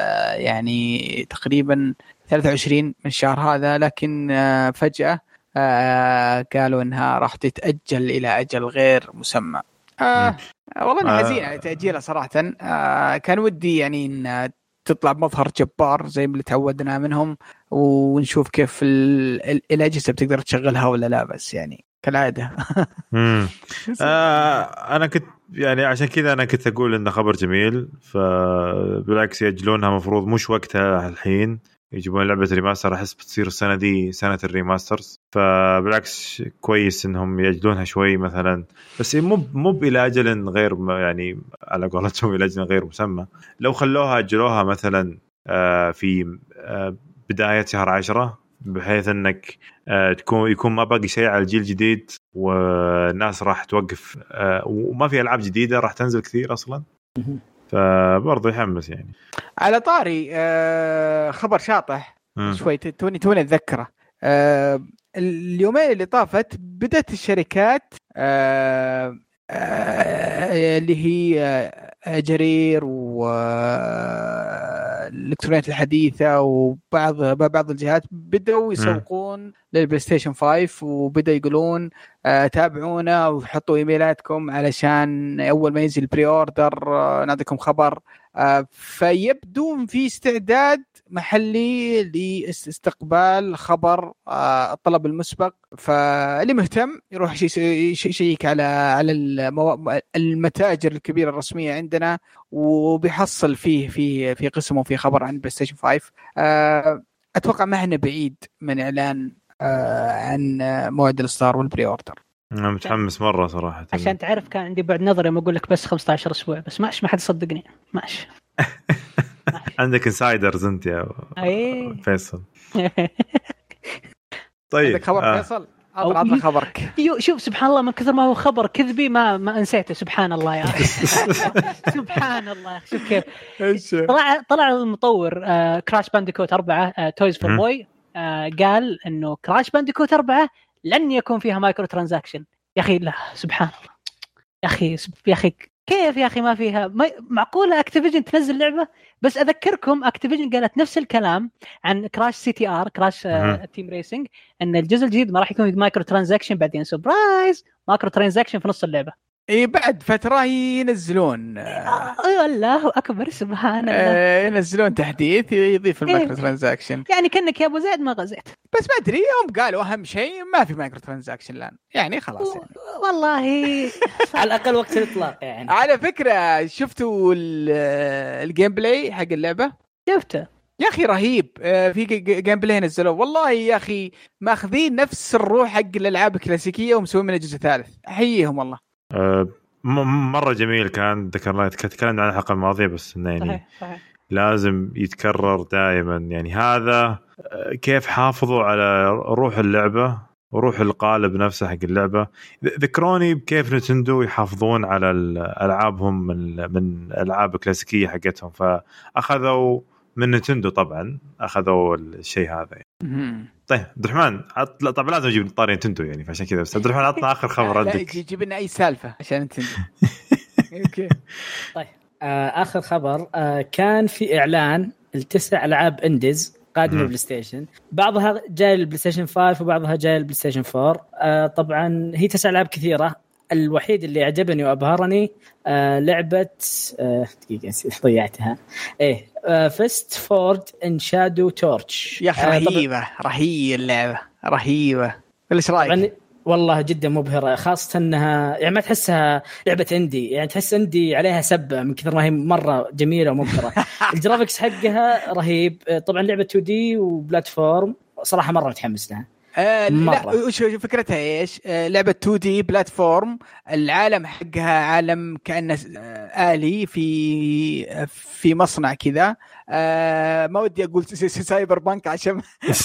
Speaker 2: يعني تقريبا ثلاثة وعشرين من الشهر هذا. لكن فجأة قالوا أنها راح تتأجل إلى أجل غير مسمى. آه والله أنا حزين على تأجيلها صراحة. آه كان ودي يعني أن تطلع بمظهر جبار زي اللي تعودنا منهم ونشوف كيف الأجهزة بتقدر تشغلها ولا لا. بس يعني كالعادة.
Speaker 1: امم آه انا كنت يعني عشان كذا انا كنت اقول انه خبر جميل. فبالعكس يأجلونها مفروض مش وقتها الحين يجيبون لعبة ريماستر. احس بتصير السنة دي سنة الريماسترز. فبالعكس كويس انهم يأجلونها شوي مثلا بس مو مو الى اجل غير يعني على قولتهم الى اجل غير مسمى. لو خلوها اجلوها مثلا آه في آه بداية شهر عشرة بحيث انك آه تكون يكون ما باقي شيء على الجيل الجديد والناس راح توقف آه وما في العاب جديده راح تنزل كثير اصلا. فبرضه يحمس يعني.
Speaker 2: على طاري آه خبر شاطح م. شوي توني توني اتذكره. آه اليومين اللي طافت بدأت الشركات آه آه اللي هي آه جرير والإلكترونيات الحديثة وبعض بعض الجهات بدأوا يسوقون للبلاي ستيشن خمسة وبدأوا يقولون آه تابعونا وحطوا إيميلاتكم علشان أول ما ينزل البري أوردر آه نعطيكم خبر. آه فيبدو في استعداد محلي لاستقبال خبر آه الطلب المسبق. فاللي مهتم يروح يشيك على على المتاجر الكبيرة الرسمية عندنا وبيحصل فيه في في قسمه في خبر عن بلاي ستيشن خمسة. آه أتوقع ما احنا بعيد من إعلان آه عن موعد الإصدار والبري أوردر.
Speaker 1: أنا متحمس مرة صراحة.
Speaker 4: عشان تعرف كان عندي بعد نظري ما أقول لك بس خمسة عشر أسبوع بس ماش ما حد صدقني ماش.
Speaker 1: عندك انسايدرز أنت يا فيصل. طيب
Speaker 2: عندك خبر آه. فيصل أضرب خبرك.
Speaker 4: يو شوف سبحان الله من كثر ما هو خبر كذبي ما ما انسيته سبحان الله يا أخي. سبحان الله شوف كيف طلع طلع المطور آه كراش بانديكوت أربعة آه تويز فور بوي آه قال إنه كراش بانديكوت أربعة لن يكون فيها مايكرو ترانزاكشن. يا أخي لا سبحان الله يا أخي يا أخي كيف يا أخي ما فيها ما... معقولة أكتيفيجن تنزل لعبة. بس أذكركم أكتيفيجن قالت نفس الكلام عن كراش سي تي آر كراش آه... تيم ريسينج أن الجزء الجديد ما راح يكون مايكرو ترانزاكشن بعدين سبرايز مايكرو ترانزاكشن في نص اللعبة.
Speaker 2: إيه بعد فترة ينزلون
Speaker 4: آه الله أكبر سبحان الله
Speaker 2: آه ينزلون تحديث يضيف المايكرو
Speaker 4: إيه.
Speaker 2: ترانزاكشن
Speaker 4: يعني كأنك يا أبو زيد ما غزيت.
Speaker 2: بس ما أدري هم قالوا أهم شيء ما في مايكرو ترانزاكشن الآن يعني خلاص يعني.
Speaker 4: والله
Speaker 3: على الأقل وقت الإطلاق يعني.
Speaker 2: على فكرة شفتوا الجيم بلاي حق اللعبة؟
Speaker 4: شفته
Speaker 2: يا أخي رهيب. في جيم بلاي نزلوه والله يا أخي ماخذين نفس الروح حق الألعاب الكلاسيكية ومسوين من الجزء الثالث. أحييهم والله.
Speaker 1: أه مرة جميل كان. ذكرنا تكلمنا عن الحلقة الماضية بس إنه يعني
Speaker 4: صحيح صحيح.
Speaker 1: لازم يتكرر دائما يعني هذا كيف حافظوا على روح اللعبة وروح القالب نفسه حق اللعبة. ذكروني بكيف نتندو يحافظون على ألعابهم من من ألعاب كلاسيكية حقتهم فأخذوا من نتندو طبعا أخذوا الشيء هذا يعني. طيب عبد الرحمن طبعا لازم نجيب طاري نتندو يعني فعشان كذا بس عبد الرحمن عطنا آخر خبر عندك.
Speaker 2: جيب لنا أي سالفة عشان نتندو.
Speaker 3: أوكي طيب آه آخر خبر آه كان في إعلان التسع ألعاب إنديز قادمة بلاي ستيشن. بعضها جاي البلاي ستيشن خمسة وبعضها جاي البلاي ستيشن أربعة. آه طبعا هي تسع ألعاب كثيرة. الوحيد اللي عجبني وأبهرني آه لعبة آه دقيقة ضيعتها إيه آه فيست فورد إن شادو تورتش.
Speaker 2: يا أخي رهيبة آه رهيبة اللعبة رهيبة. إيش رأيك؟
Speaker 3: والله جدا مبهرة خاصة أنها يعني ما تحسها لعبة اندي يعني تحس اندي عليها سبة من كثر ما هي مرة جميلة ومبهرة. الجرافيكس حقها رهيب. طبعا لعبة تو دي وبلاتفورم صراحة مرة متحمس لها.
Speaker 2: آه لا وش فكرتها ايش؟ آه لعبة تو دي بلاتفورم. العالم حقها عالم كأنه آلي في في مصنع كذا. آه ما ودي أقول سايبر بانك عشان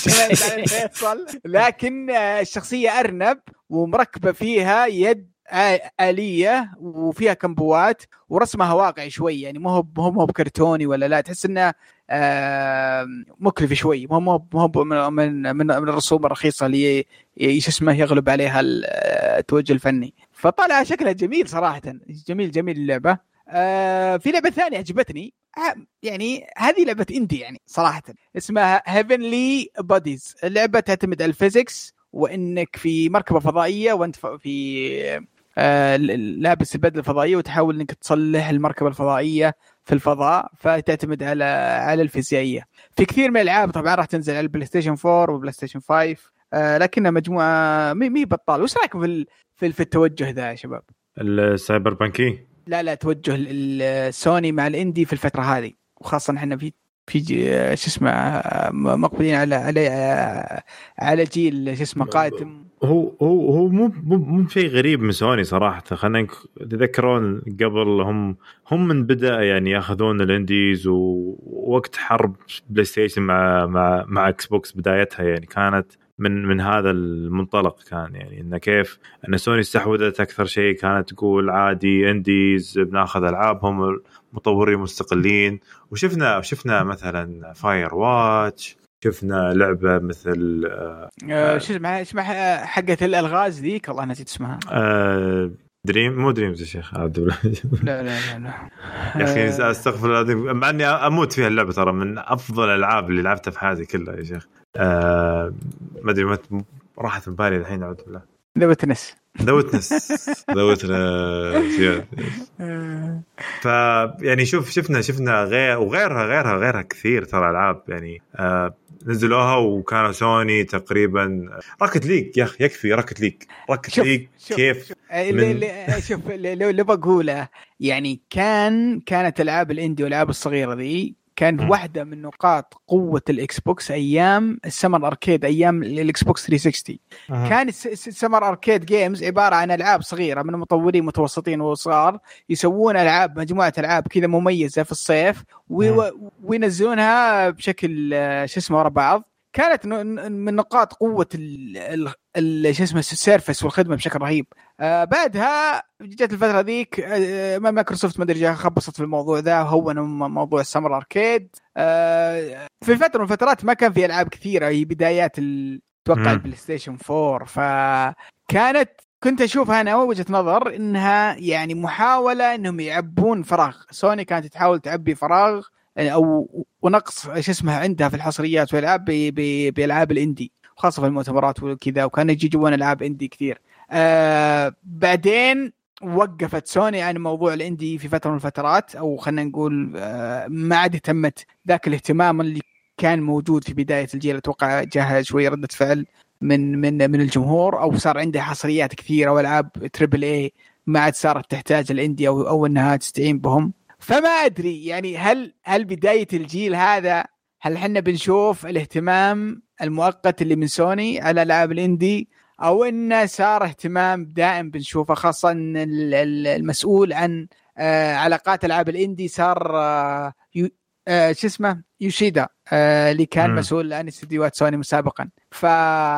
Speaker 2: يصل لكن آه الشخصية أرنب ومركبة فيها يد آلية وفيها كمبوات ورسمها واقعي شوي يعني مو هو مو بكرتوني ولا لا تحس إنه آه مكلف شوي مو مو مو من من من الرسوم الرخيصة اللي ايش اسمه يغلب عليها التوجه الفني. فطلع شكلها جميل صراحة جميل جميل اللعبة. آه في لعبة ثانية عجبتني يعني هذه لعبة اندي يعني صراحة اسمها Heavenly Bodies. اللعبة تعتمد على الفيزيكس وانك في مركبة فضائية وانت في آه لابس البدلة الفضائية وتحاول انك تصلح المركبة الفضائية في الفضاء فتعتمد على على الفيزيائية. في كثير من الالعاب طبعا راح تنزل على البلاي ستيشن فور وبلاي ستيشن فايف آه لكنها مجموعة مي بطال. وش رايكم في في في التوجه ذا يا شباب؟
Speaker 1: السايبر بانكي
Speaker 2: لا لا توجه السوني مع الاندي في الفترة هذه وخاصة احنا في في شو اسمه مقبلين على على على جيل شو اسمه قادم.
Speaker 1: هو هو هو مو مو شيء غريب من سوني صراحة. خلينا تذكرون قبل هم هم من بدأ يعني ياخذون الانديز ووقت حرب بلاي ستيشن مع مع مع اكس بوكس بدايتها يعني كانت من من هذا المنطلق كان يعني انه كيف ان سوني استحوذت اكثر شيء كانت تقول عادي انديز بناخذ العابهم مطورين مستقلين. وشفنا شفنا مثلا فاير واتش، شفنا لعبه مثل
Speaker 2: آه شو اسمها اسمها حقه الالغاز ذيك والله نسيت اسمها.
Speaker 1: آه دريم مو دريمز يا شيخ. لا
Speaker 2: لا لا لا
Speaker 1: يا اخي استغفر الله، مع اني اموت فيها اللعبه ترى من افضل الالعاب اللي لعبتها في حياتي كلها يا شيخ. آه ما ادري راحت من بالي الحين اعوذ بالله.
Speaker 2: ذا ويتنس
Speaker 1: ذا ويتنس ذا ويتنس ف يعني شوف شفنا شفنا غير وغيرها غيرها غيرها كثير ترى العاب يعني آه نزلوها وكانوا سوني تقريبا. راكت ليج يا اخي يكفي راكت ليج راكت ليج كيف
Speaker 2: شوف اللي شوف لو لو بقوله يعني كان كانت العاب الاندي والالعاب الصغيره ذي كانت م. واحدة من نقاط قوة الإكس بوكس أيام السمر أركيد، أيام الإكس بوكس ثلاثمية وستين. أه. كان السمر أركيد جيمز عبارة عن ألعاب صغيرة من مطورين متوسطين وصغار يسوون ألعاب مجموعة ألعاب كذا مميزة في الصيف و... وينزلونها بشكل شو اسمه ورا بعض. كانت من نقاط قوة ال ال شو اسمه السيرفس والخدمة بشكل رهيب. آه بعدها جت الفترة ذيك آه ما مايكروسوفت ما أدري جاها خبصت في الموضوع ذا وهو موضوع السمر أركيد. آه في فترة من الفترات ما كان في ألعاب كثيرة، هي بدايات توقع البلاي ستيشن فور، فكانت كنت أشوفها أنا وجهة نظر إنها يعني محاولة إنهم يعبون فراغ. سوني كانت تحاول تعبي فراغ أو ونقص إيش اسمها عندها في الحصريات والألعاب بألعاب الإندي خاصة في المؤتمرات وكذا، وكان يجي جوان ألعاب إندي كثير. آه بعدين وقفت سوني عن موضوع الإندي في فترة من الفترات، أو خلنا نقول آه ما عاد تمت ذاك الاهتمام اللي كان موجود في بداية الجيل. أتوقع جاها شوية ردة فعل من من من الجمهور، أو صار عنده حصريات كثيرة وألعاب تريبل اي ما عاد صارت تحتاج الإندي أو أو إنها تستعين بهم. فما أدري يعني هل هل بداية الجيل هذا هل حنا بنشوف الاهتمام المؤقت اللي من سوني على ألعاب الإندي، أو إنه صار اهتمام دائم بنشوفه، خاصة إن المسؤول عن علاقات ألعاب الإندي صار شو اسمه يوشيدا اللي كان م. مسؤول عن استديوهات سوني مسابقا. ف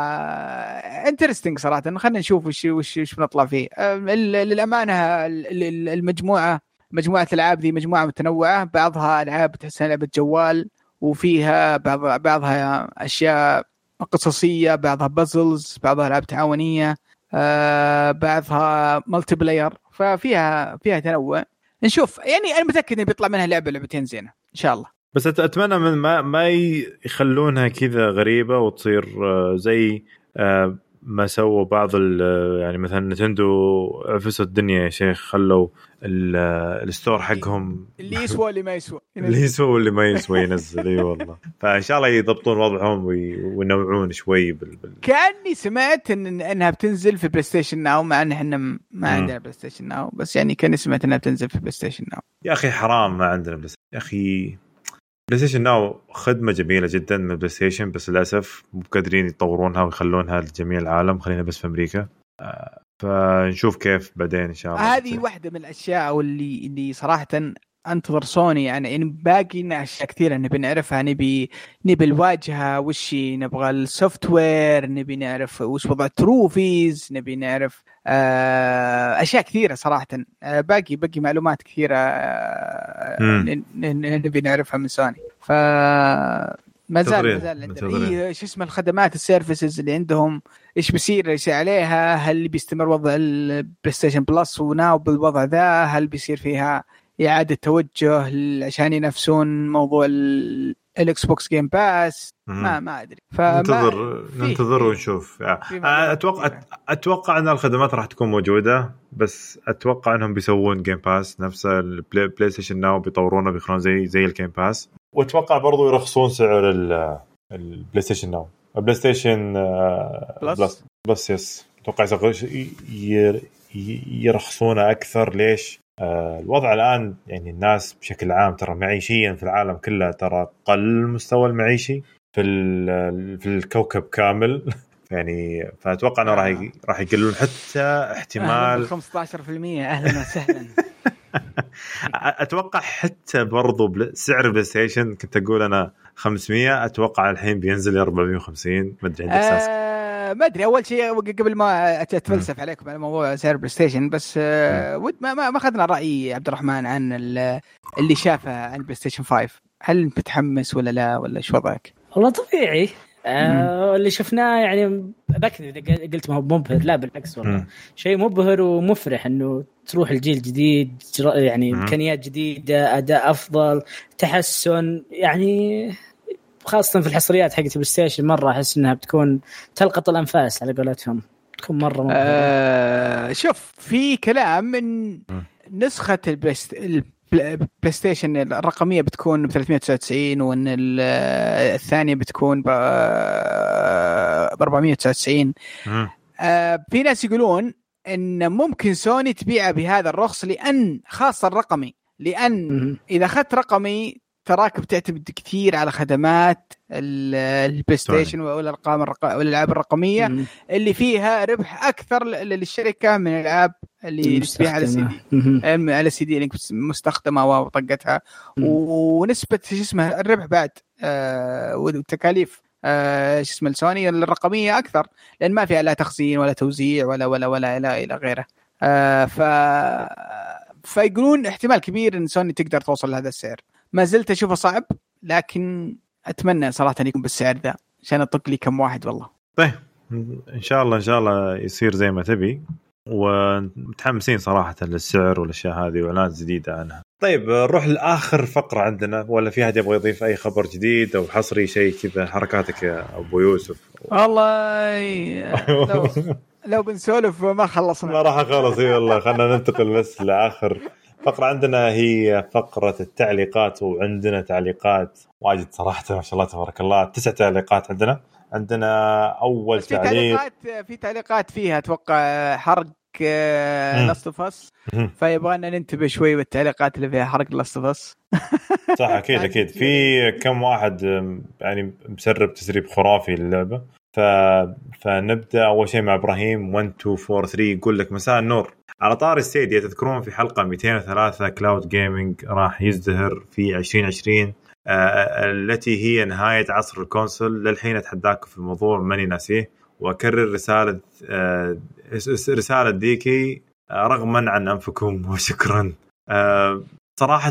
Speaker 2: انترستينج صراحة، خلينا نشوف وش وش وش بنطلع فيه. للأمانة المجموعة مجموعة الألعاب ذي مجموعة متنوعة، بعضها ألعاب تحسها لعبة جوال وفيها بعض بعضها أشياء قصصية، بعضها بازلز، بعضها ألعاب تعاونية، آه بعضها مالتي بلاير، ففيها فيها تنوع. نشوف يعني أنا متأكد إن بيطلع منها لعبة لعبتين زينة إن شاء الله.
Speaker 1: بس أتمنى من ما ما يخلونها كذا غريبة وتصير زي ما سووا بعض يعني مثلا نتندو عفسوا الدنيا يا شيخ، خلوا الستور حقهم
Speaker 2: اللي يسوى اللي ما يسوى
Speaker 1: اللي يسوى واللي ما يسوى ينزل. اي والله، فان شاء الله يضبطون وضعهم وينوعون شوي بال...
Speaker 2: كاني سمعت ان انها بتنزل في بلاي ستيشن ناو، مع ان احنا ما عندنا بلاي ستيشن ناو، بس يعني كاني سمعت انها بتنزل في بلاي ستيشن ناو.
Speaker 1: يا اخي حرام ما عندنا بلاي ستيشن. يا اخي بلاي ستيشن ناو خدمه جميله جدا من بلاي ستيشن، بس للاسف مو قادرين يطورونها ويخلونها لجميع العالم، خلينا بس في امريكا. آه فنشوف كيف بعدين ان شاء الله.
Speaker 2: هذه واحده من الاشياء واللي اللي صراحه انتظر سوني يعني يعني باقي اشياء كثيره نبي نعرفها. نبي نبي الواجهه وش نبغى، السوفت وير نبي نعرف وش وضع التروفيز، نبي نعرف آه اشياء كثيره صراحه. آه باقي باقي معلومات كثيره آه نبي نعرفها من سوني. ف ما زال ما زال عندنا إيه شو اسمه الخدمات السيرفيسز اللي عندهم ايش بيصير ايش عليها، هل بيستمر وضع البلاي ستيشن بلس وناو بالوضع ذا، هل بيصير فيها إعادة توجه عشان ينافسون موضوع الإكس بوكس جيم باس، ما ما أدري.
Speaker 1: ننتظر ننتظر ونشوف. أتوقع أتوقع أن الخدمات راح تكون موجودة، بس أتوقع أنهم بيسوون جيم باس نفس البلاي بلاي ستيشن ناو، بيطورونه بيخلون زي زي الجيم باس، وأتوقع برضو يرخصون سعر البلاي ستيشن ناو البلاي ستيشن بلس بلس, بلس يس. أتوقع يرخصونه أكثر. ليش؟ آه الوضع الآن يعني الناس بشكل عام ترى معيشيا في العالم كله ترى قل المستوى المعيشي في في الكوكب كامل يعني. فأتوقع أنه راح راح يقلون حتى احتمال
Speaker 2: خمسة عشر بالمئة. أهلا وسهلا.
Speaker 1: أتوقع حتى برضو سعر بلاي ستيشن كنت أقول أنا خمسمية اتوقع الحين بينزل ل أربعمية وخمسين. ما ادري عندك احساس؟
Speaker 2: آه ما ادري. اول شيء قبل ما اتفلسف عليكم على موضوع سعر بلاي ستيشن بس آه ود ما ما اخذنا راي عبد الرحمن عن اللي شافه عن بلاي ستيشن خمسة. هل انت متحمس ولا لا ولا ايش وضعك؟
Speaker 3: والله طبيعي. آه اللي شفناه يعني بكذب قلت ما هو مبهر، لا بالعكس والله شيء مبهر ومفرح انه تروح الجيل الجديد يعني امكانيات جديده، اداء افضل، تحسن يعني خاصه في الحصريات حقت البلاي ستيشن مره احس انها بتكون تلقط الانفاس على قولتهم، تكون مره مبهرة.
Speaker 2: آه شوف في كلام من نسخه البلاي بلاي ستيشن الرقميه بتكون ب ثلاثمية وتسعة وتسعين وان الثانيه بتكون ب أربعمية وتسعة وتسعين. آه في ناس يقولون ان ممكن سوني تبيعها بهذا الرخص لان خاصه الرقمي، لان اذا اخذت رقمي تراك بتعتمد كثير على خدمات البلاي ستيشن والارقام والالعاب الرقميه مم. اللي فيها ربح اكثر للشركه من الالعاب اللي تبيعها على سي دي على سي دي مستخدمه وطقتها ونسبه شو اسمه الربح بعد آه والتكاليف آه شو اسمه سوني الرقميه اكثر لان ما فيها لا تخزين ولا توزيع ولا ولا ولا الى الى غيره. آه ف فيقولون احتمال كبير ان سوني تقدر توصل لهذا السعر. ما زلت اشوفه صعب لكن اتمنى صراحه ان يكون بالسعر ذا عشان اطق لي كم واحد والله.
Speaker 1: طيب ان شاء الله ان شاء الله يصير زي ما تبي ومتحمسين صراحه للسعر والاشياء هذه واعلانات جديده عنها. طيب نروح لاخر فقره عندنا، ولا في احد يبغى يضيف اي خبر جديد او حصري شيء كذا؟ حركاتك يا ابو يوسف.
Speaker 2: والله لو, لو بنسولف ما خلصنا
Speaker 1: ما راح اخلص. اي والله خلينا ننتقل بس لاخر فقرة عندنا هي فقرة التعليقات، وعندنا تعليقات واجد صراحة ما شاء الله تبارك الله. تسع تعليقات عندنا. عندنا أول
Speaker 2: في
Speaker 1: تعليق
Speaker 2: تعليقات في تعليقات فيها أتوقع حرق لاست اوف اس، فيبغانا ننتبه شوي بالتعليقات اللي فيها حرق لاست اوف اس.
Speaker 1: صح أكيد أكيد. في كم واحد يعني مسرب تسريب خرافي للعبة. ف... فنبدأ أول شيء مع إبراهيم واحد اثنين أربعة ثلاثة يقول لك مساء النور. على طار ستيديا تذكرون في حلقة مئتين وثلاثة كلاود جيمينج راح يزدهر في عشرين عشرين آه التي هي نهاية عصر الكونسول. للحين أتحداكم في الموضوع ماني ناسيه وأكرر رسالة آه رسالة ديكي آه رغما عن أنفكم وشكرا. آه صراحة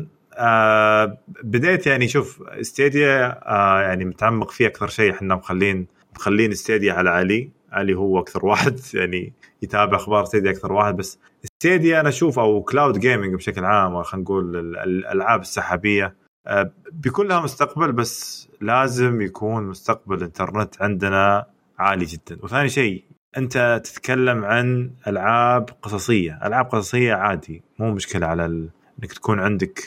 Speaker 1: آه بديت يعني شوف ستيديا آه يعني متعمق فيه أكثر شيء. إحنا مخلين مخلين ستيديا على علي علي هو أكثر واحد يعني يتابع أخبار ستيديا أكثر واحد. بس ستيديا أنا أشوف أو كلاود جيمينج بشكل عام خلينا نقول الألعاب السحابية بيكون لها مستقبل، بس لازم يكون مستقبل الإنترنت عندنا عالي جدا. وثاني شيء أنت تتكلم عن ألعاب قصصية. ألعاب قصصية عادي مو مشكلة على ال... إنك تكون عندك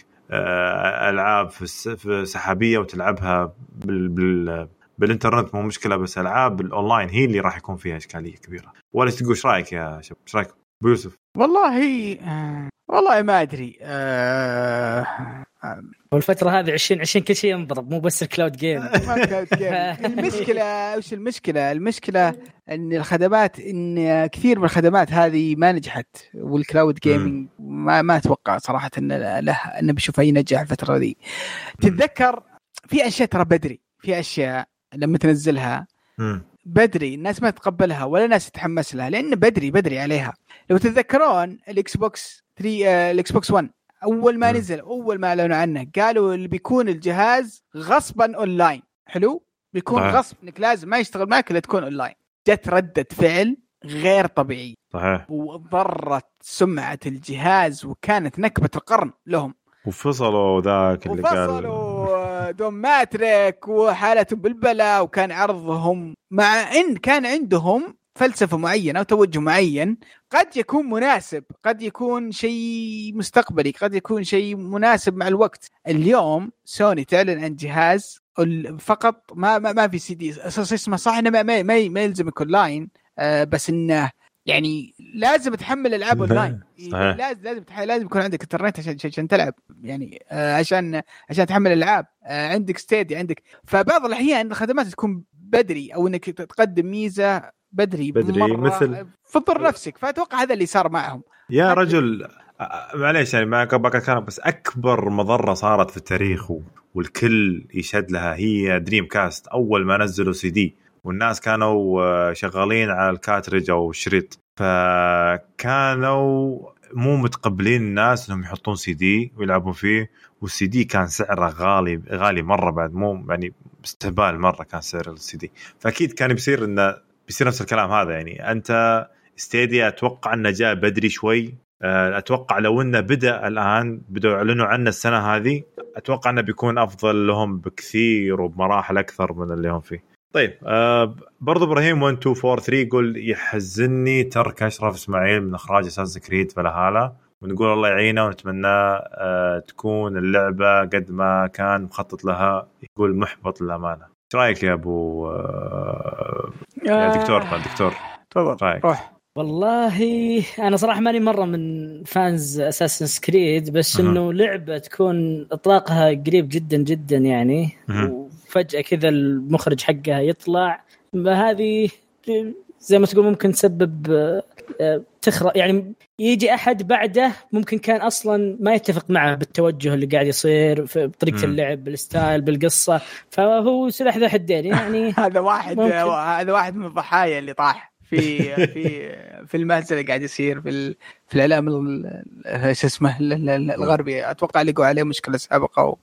Speaker 1: ألعاب في سحابية وتلعبها بال... بال... بالإنترنت مو مشكلة، بس ألعاب الأونلاين هي اللي راح يكون فيها إشكالية كبيرة. ولا تقول إيش رأيك يا شباب؟ إيش رأيك أبو يوسف؟
Speaker 2: والله آه... والله ما أدري آه...
Speaker 3: آه... والفترة هذه عشرين عشرين كل شيء ينضرب مو بس الكلاود جيم.
Speaker 2: ما كلاود جيم. المشكلة وش المشكلة؟ المشكلة إن الخدمات إن كثير من الخدمات هذه ما نجحت، والكلاود جيمينج ما ما أتوقع صراحة إن له إنه بيشوف أي نجاح الفترة دي. تتذكر في أشياء ترى بدري، في أشياء لما تنزلها بدري الناس ما تقبلها ولا ناس تتحمس لها لأن بدري بدري عليها. لو تتذكرون الإكس بوكس ثري آه الإكس بوكس ون أول ما نزل أول ما أعلنوا عنه قالوا اللي بيكون الجهاز غصبا أونلاين. حلو بيكون صحيح. غصب إنك لازم ما يشتغل معك إلا تكون أونلاين. جت ردة فعل غير طبيعي صحيح، وضرت سمعة الجهاز وكانت نكبة القرن لهم.
Speaker 1: وفصلوا ذاك اللي قال
Speaker 2: وفصلوا دوم ماتريك وحالتهم بالبلاء، وكان عرضهم مع إن كان عندهم فلسفة معينة وتوجه معين قد يكون مناسب، قد يكون شيء مستقبلي، قد يكون شيء مناسب مع الوقت. اليوم سوني تعلن عن جهاز فقط ما ما, ما في سي دي اسمه صح انه ما ما, ما, ما يلزمك اونلاين آه بس انه يعني لازم تحمل العاب اونلاين. لازم لازم لازم يكون عندك انترنت عشان عشان تلعب يعني آه عشان عشان تحمل الالعاب آه عندك ستيدي عندك. فبعض الاحيان الخدمات تكون بدري او انك تقدم ميزه بدري,
Speaker 1: بدري مثل
Speaker 2: فضل نفسك. فاتوقع هذا اللي صار معهم
Speaker 1: يا رجل. معليش يعني ما كان بس اكبر مضره صارت في التاريخ والكل يشهد لها، هي دريم كاست أول ما نزلوا سي دي والناس كانوا شغالين على الكاتريج أو الشريط، فكانوا مو متقبلين الناس انهم يحطون سي دي ويلعبون فيه، والسي دي كان سعره غالي غالي مره، بعد مو يعني استهبال مره كان سعر السي دي. فاكيد كان بيصير انه بيصير نفس الكلام هذا. يعني انت ستيديا اتوقع انه جاء بدري شوي، اتوقع لو انه بدا الان بدوا يعلنوا عنه السنه هذه اتوقع انه بيكون افضل لهم بكثير وبمراحل اكثر من اللي هم فيه. طيب آه برضو ابراهيم واحد اثنين أربعة ثلاثة يقول يحزنني ترك اشرف اسماعيل من اخراج اساس كريد فالهالا، ونقول الله يعينه ونتمنى آه تكون اللعبه قد ما كان مخطط لها. يقول محبط للامانه. ايش رايك يا ابو آه يا دكتور دكتور
Speaker 2: تفضل روح.
Speaker 3: والله انا صراحه ماني مره من فانز اساسنز كريد، بس انه لعبه تكون اطلاقها قريب جدا جدا يعني وفجاه كذا المخرج حقها يطلع، هذه زي ما تقول ممكن تسبب تخرق، يعني يجي احد بعده ممكن كان اصلا ما يتفق معه بالتوجه اللي قاعد يصير في طريقه اللعب بالستايل بالقصه، فهو سلاح ذو حدين يعني.
Speaker 2: هذا واحد هذا واحد من الضحايا اللي طاح في في في المهزله اللي قاعد يصير في في الاعلام ايش اسمه الغربي. اتوقع لقوا عليه مشكله سابقه و...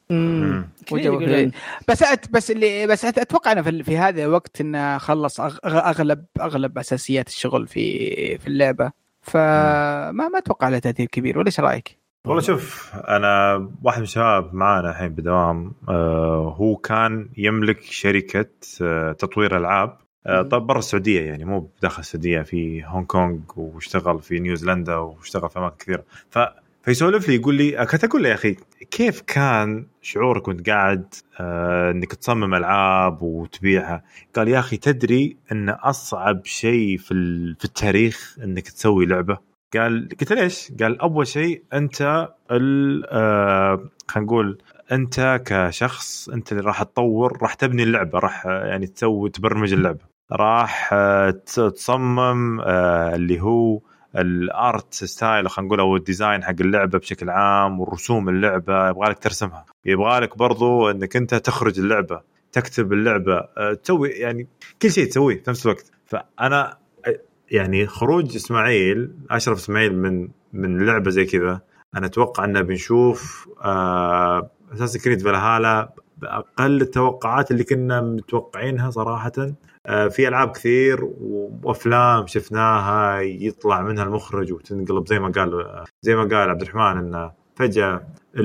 Speaker 2: بس أت بس اللي بس اتوقع انا في, في هذا الوقت انه خلص اغلب اغلب اساسيات الشغل في في اللعبه، فما ما اتوقع له تاثير كبير. ولا ايش رايك؟
Speaker 1: والله شوف انا واحد من الشباب معنا الحين بدوام آه هو كان يملك شركه آه تطوير العاب طب برا السعودية، يعني مو بداخل السعودية، في هونغ كونغ واشتغل في نيوزيلندا واشتغل في أماكن كثيرة. ف فيسولف لي يقول لي كنت أقول له يا أخي كيف كان شعورك وانت قاعد آه إنك تصمم ألعاب وتبيعها؟ قال يا أخي تدري إن أصعب شيء في في التاريخ إنك تسوي لعبة. قال قلت ليش؟ قال أول شيء أنت ال آه خلينا نقول أنت كشخص أنت اللي راح تطور، راح تبني اللعبة، راح يعني تسوي تبرمج اللعبة، راح تصمم اللي هو الارت ستايل خلينا نقول او الديزاين حق اللعبه بشكل عام، والرسوم اللعبه يبغالك ترسمها، يبغالك برضو انك انت تخرج اللعبه، تكتب اللعبه، تسوي يعني كل شيء تسويه في نفس الوقت. فانا يعني خروج اسماعيل اشرف اسماعيل من من لعبه زي كذا انا اتوقع انه بنشوف اساس كريد فالهالا باقل التوقعات اللي كنا متوقعينها صراحه. في ألعاب كثير وأفلام شفناها يطلع منها المخرج وتنقلب زي ما قال زي ما قال عبد الرحمن إنه فجأة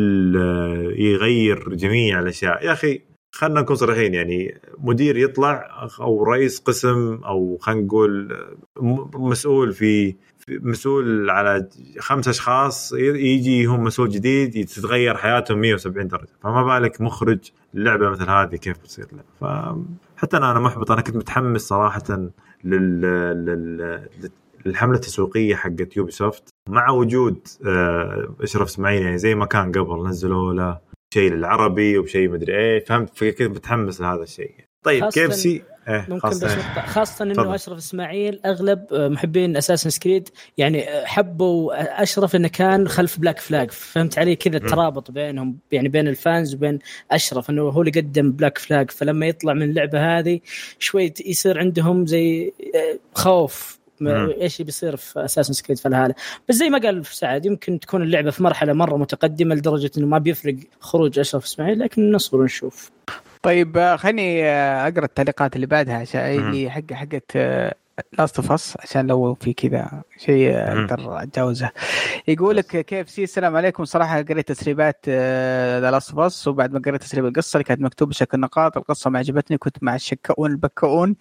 Speaker 1: يغير جميع الأشياء. يا أخي خلنا نكون صريحين، يعني مدير يطلع أو رئيس قسم أو خلينا نقول مسؤول في مسؤول على خمس أشخاص يجي هم مسؤول جديد يتغير حياتهم مية وسبعين درجة، فما بالك مخرج اللعبة مثل هذه كيف بتصير له. فحتى أنا أنا محبط، أنا كنت متحمس صراحة لل... لل... للحملة التسويقية حقت يوبي سوفت مع وجود أشرف اسماعيل، يعني زي ما كان قبل نزلوا له شيء للعربي وبشيء مدري إيه، فهمت؟ فكنت متحمس لهذا الشيء. طيب كيف سي إيه
Speaker 3: ممكن بس نقطة خاصة إنه طبعا. أشرف إسماعيل أغلب محبين أساسنز كريد يعني حبوا أشرف إنه كان خلف بلاك فلاج، فهمت عليه كذا الترابط بينهم يعني بين الفانز وبين أشرف إنه هو اللي قدم بلاك فلاج، فلما يطلع من اللعبة هذه شوي يصير عندهم زي خوف ايش بيصير في اساسنز كريد فالهالا. بس زي ما قال في سعد يمكن تكون اللعبة في مرحلة مرة متقدمة لدرجة إنه ما بيفرق خروج أشرف إسماعيل، لكن نصبر ونشوف.
Speaker 2: طيب خليني اقرا التعليقات اللي بعدها عشان اللي حق حقت لاست اوف اس عشان لو في كذا شيء اقدر اتجاوزه. يقول لك كيف سي السلام عليكم، صراحه قريت تسريبات ذا لاست اوف اس وبعد ما قريت تسريب القصه اللي كانت مكتوب بشكل نقاط القصه ما عجبتني، كنت مع الشكاون البكاون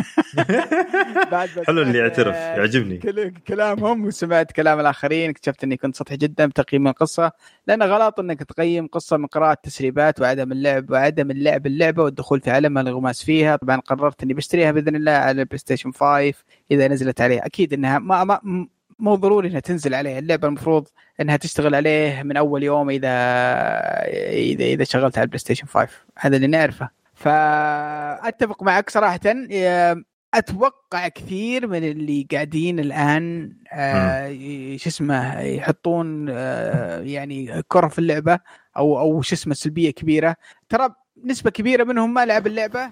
Speaker 1: حلو اللي يعترف يعجبني
Speaker 2: كلامهم وسمعت كلام الاخرين اكتشفت اني كنت سطحي جدا بتقييم القصه، لان غلط انك تقيم قصه من قراءه تسريبات وعدم اللعب وعدم اللعب اللعبه والدخول في عالمها الغماس فيها. طبعا قررت اني بشتريها باذن الله على البلاي ستيشن خمسة إذا نزلت عليه. أكيد إنها ما ما مو ضروري إنها تنزل عليه اللعبة، المفروض إنها تشتغل عليه من أول يوم إذا إذا إذا شغلت على البلاي ستيشن خمسة، هذا اللي نعرفه. فأتفق معك صراحة. أتوقع كثير من اللي قاعدين الآن آه شو اسمه يحطون آه يعني كرة في اللعبة او او شو اسمه سلبيه كبيره. ترى نسبه كبيره منهم ما لعب اللعبه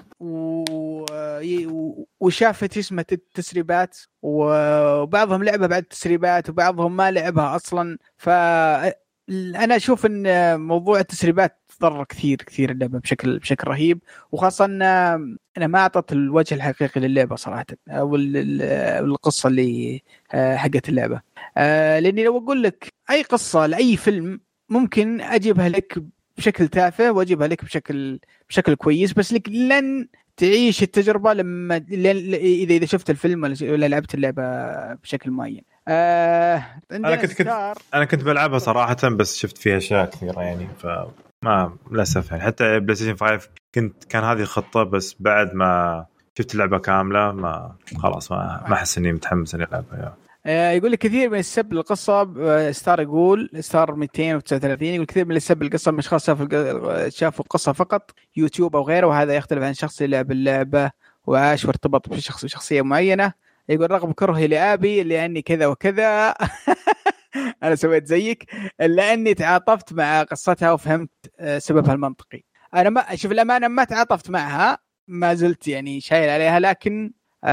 Speaker 2: وشافت اسمه التسريبات، وبعضهم لعبها بعد التسريبات وبعضهم ما لعبها اصلا. فانا اشوف ان موضوع التسريبات ضر كثير كثير اللعبه بشكل بشكل رهيب، وخاصه انا ما اعطت الوجه الحقيقي للعبه صراحه، او القصه اللي حقت اللعبه. لاني لو اقول لك اي قصه لاي فيلم ممكن اجيبها لك بشكل تافه واجيبها لك بشكل بشكل كويس، بس لك لن تعيش التجربه لما اذا اذا شفت الفيلم ولا لعبت اللعبه بشكل معين. آه
Speaker 1: انا كنت, كنت انا كنت بلعبها صراحه، بس شفت فيها اشياء كثيره يعني، فما للاسف يعني. حتى بلاي ستيشن خمسة كنت كان هذه الخطه، بس بعد ما شفت اللعبه كامله ما خلاص ما ما احس اني متحمس اني العبها.
Speaker 2: يقول لك كثير من السب القصة، ستار يقول ستار مئتين وتسعة وثلاثين يقول كثير من السب القصة مش خاصة شافوا شافوا القصة فقط يوتيوب أو غيره، وهذا يختلف عن شخص اللي لعب اللعبة وعاش وارتبط بشخص شخصية معينة. يقول رغم كرهي لأبي لأني كذا وكذا أنا سويت زيك، لأني تعاطفت مع قصتها وفهمت سببها المنطقي. أنا ما أشوف الأمانة ما تعاطفت معها، ما زلت يعني شايل عليها، لكن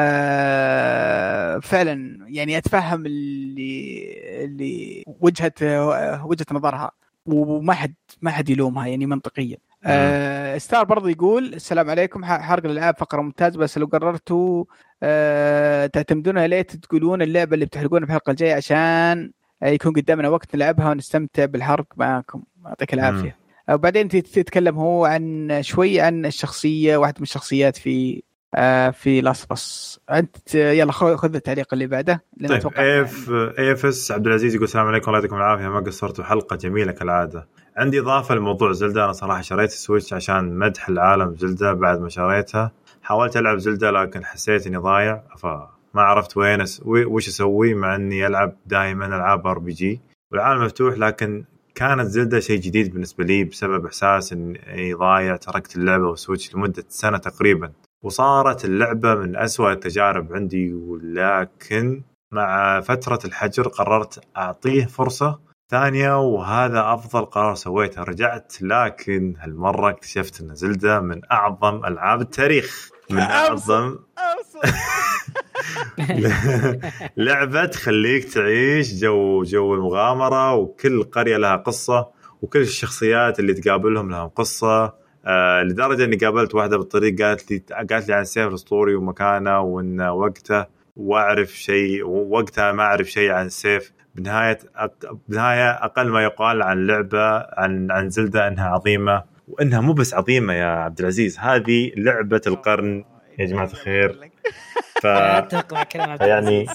Speaker 2: آه فعلا يعني اتفهم اللي اللي وجهه وجهه نظرها، وما حد ما حد يلومها يعني منطقيا. آه ستار برضو يقول السلام عليكم، حرق الالعاب فقره ممتاز، بس لو قررتوا آه تعتمدونها ليه تقولون اللعبه اللي بتحرقونها بالحلقه الجايه عشان يكون قدامنا وقت نلعبها ونستمتع بالحرق معكم، يعطيك العافيه. وبعدين تتكلم هو عن شوي عن الشخصيه، واحده من الشخصيات في آه في لاست بس. انت يلا خذ التعليق اللي بعده.
Speaker 1: طيب اف اف اس عبد العزيز يقول السلام عليكم الله يعطيكم العافيه، ما قصرتوا، حلقه جميله كالعاده. عندي اضافه لموضوع زلدة، انا صراحه شريت السويتش عشان مدح العالم زلدة، بعد ما شريتها حاولت العب زلدة لكن حسيت اني ضايع، فما عرفت وين وش اسوي، مع اني العب دائما العاب ار بي جي والعالم مفتوح، لكن كانت زلدة شيء جديد بالنسبه لي بسبب احساس اني ضايع. تركت اللعبه والسويتش لمده سنه تقريبا، وصارت اللعبة من أسوأ التجارب عندي، ولكن مع فترة الحجر قررت أعطيه فرصة ثانية، وهذا أفضل قرار سويته. رجعت، لكن هالمرة اكتشفت أن زلدة من أعظم ألعاب التاريخ، من أعظم لعبة تخليك تعيش جو جو المغامرة، وكل قرية لها قصة، وكل الشخصيات اللي تقابلهم لهم قصة. آه لدرجة أني قابلت واحدة بالطريق قالت لي قالت لي عن السيف الأسطوري ومكانه وإن وقته، وأعرف شيء وقتها ما أعرف شيء عن السيف. بنهاية أق... بنهاية أقل ما يقال عن لعبة عن عن زلدة أنها عظيمة، وإنها مو بس عظيمة يا عبد العزيز، هذه لعبة القرن يا جماعة الخير. ف يعني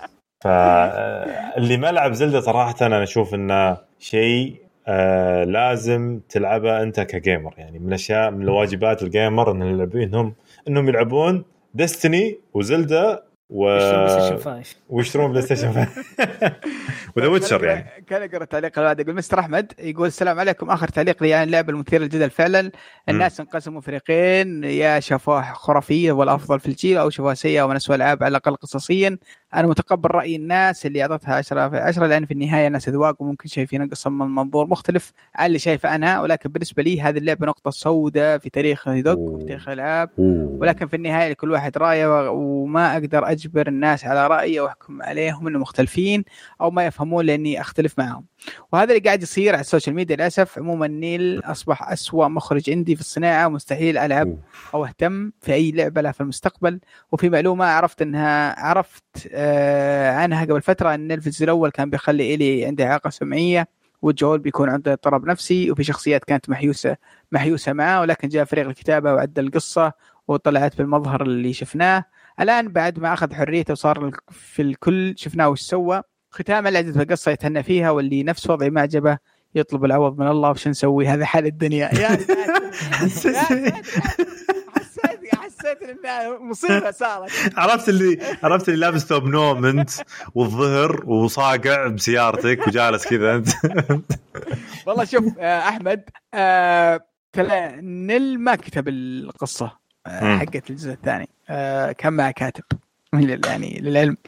Speaker 1: فاللي ما لعب زلدة صراحة أنا أشوف إنه شيء آه لازم تلعبها أنت كجيمر. يعني من الأشياء من الواجبات الجيمر إن اللاعبين إنهم يلعبون ديستني وزلدة ويشترون بلاي ستيشن خمسة وذا ويتشر. يعني
Speaker 2: كان يقرأ تعليق الواد يقول مستر أحمد يقول السلام عليكم، آخر تعليق لي عن اللعبة المثيرة للجدل. فعلا الناس انقسموا فريقين، يا شافوها خرافية والأفضل في الجيل، أو شافوها سيئة ومن أسوأ الألعاب على الأقل قصصيا. أنا متقبل رأي الناس اللي أعطتها عشرة في عشرة، لأن في النهاية الناس أذواق وممكن شايفين القصة من منظور مختلف عن اللي شايفه أنا، ولكن بالنسبة لي هذه اللعبة نقطة سوداء في تاريخ هيدوك وفي تاريخ الألعاب، ولكن في النهاية لكل واحد رأيه، وما أقدر أجبر الناس على رأيي وأحكم عليهم إنه مختلفين أو ما يفهمون لأني أختلف معهم. وهذا اللي قاعد يصير على السوشيال ميديا للأسف. عموما نيل أصبح أسوأ مخرج عندي في الصناعة، مستحيل ألعب أو أهتم في أي لعبة لها في المستقبل. وفي معلومة عرفت إنها عرفت آه عنها قبل فترة، أن الفيديو الأول كان بيخلي إلي عنده إعاقة سمعية، والجول بيكون عنده اضطراب نفسي، وفي شخصيات كانت محيوسة محيوسة معه، ولكن جاء فريق الكتابة وعدل القصة وطلعت بالمظهر اللي شفناه. الآن بعد ما أخذ حريته وصار في الكل شفناه وش سوى. ختام العدد القصة يتهنى فيها، واللي نفس وضعي ما عجبه يطلب العوض من الله، وش نسوي؟ هذا حال الدنيا. يا حسيت حسيت إنها مصيبة صارت.
Speaker 1: عرفت اللي عرفت اللي لابس ثوب نوم أنت والظهر وصاقع بسيارتك وجالس كذا أنت.
Speaker 2: والله شوف أحمد، آه نل ما كتب القصة آه حقت الجزء الثاني، آه كان مع كاتب يعني للعلم.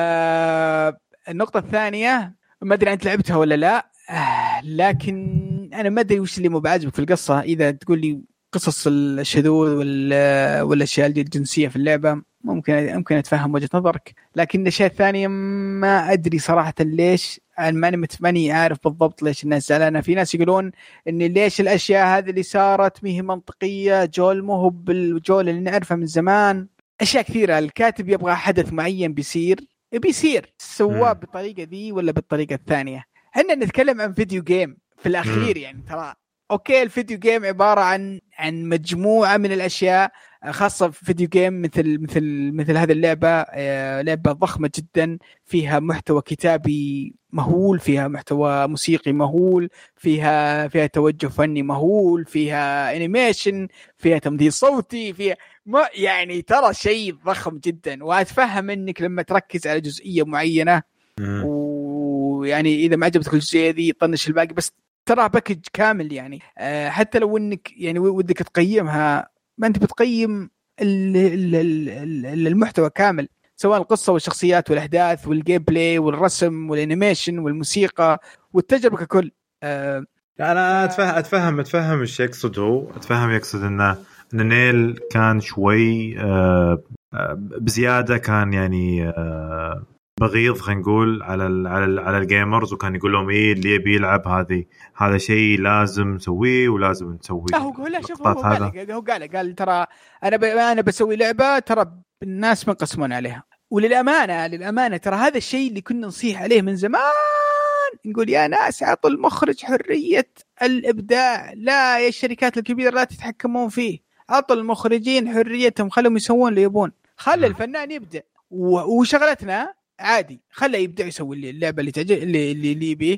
Speaker 2: آه النقطة الثانية ما أدري أنت لعبتها ولا لا، آه لكن انا ما ادري وش اللي مو بعاجبك في القصه. اذا تقول لي قصص الشذوذ ولا والاشياء الجنسيه في اللعبه ممكن ممكن اتفهم وجهه نظرك، لكن الاشياء الثانيه ما ادري صراحه ليش. انا ماني متمني عارف بالضبط ليش الناس زعلانه. في ناس يقولون ان ليش الاشياء هذه اللي صارت مهي منطقيه، جول مو هو بالجول اللي نعرفه من زمان. اشياء كثيره الكاتب يبغى حدث معين بيصير بيصير سواء بالطريقه دي ولا بالطريقه الثانيه. احنا نتكلم عن فيديو جيم في الاخير م. يعني ترى اوكي الفيديو جيم عباره عن عن مجموعه من الاشياء، خاصه في فيديو جيم مثل مثل مثل هذه اللعبه، لعبه ضخمه جدا فيها محتوى كتابي مهول، فيها محتوى موسيقي مهول، فيها فيها توجه فني مهول، فيها انيميشن، فيها تمثيل صوتي، فيها ما يعني ترى شيء ضخم جدا. واتفهم انك لما تركز على جزئيه معينه ويعني اذا ما عجبتك الجزئيه دي طنش الباقي، بس ترى باكج كامل يعني. أه حتى لو انك يعني ودك تقيمها ما انت بتقيم المحتوى كامل، سواء القصه والشخصيات والاحداث والجيم بلاي والرسم والانيميشن والموسيقى والتجربه ككل. أه
Speaker 1: انا اتفهم اتفهم اتفهم ايش يقصد هو. اتفهم يقصد انه ان نيل كان شوي أه بزياده، كان يعني أه بغيض خلينا نقول على ال على ال على الجيمرز، وكان يقول لهم ايه اللي يبي يلعب هذه هذا شيء لازم نسويه ولازم نسويه.
Speaker 2: هو لا شوف هو قال هو قال قال ترى انا ب... انا بسوي لعبه ترى الناس منقسمون عليها. وللامانه للامانه ترى هذا الشيء اللي كنا نصيح عليه من زمان، نقول يا ناس اعطوا المخرج حريه الابداع، لا يا الشركات الكبيره لا تتحكمون فيه، اعطوا المخرجين حريتهم، خلهم يسوون اللي يبون، خلي الفنان يبدع و... وشغلتنا عادي، خله يبدأ يسوي اللعبة اللي تعجب اللي اللي اللي بيه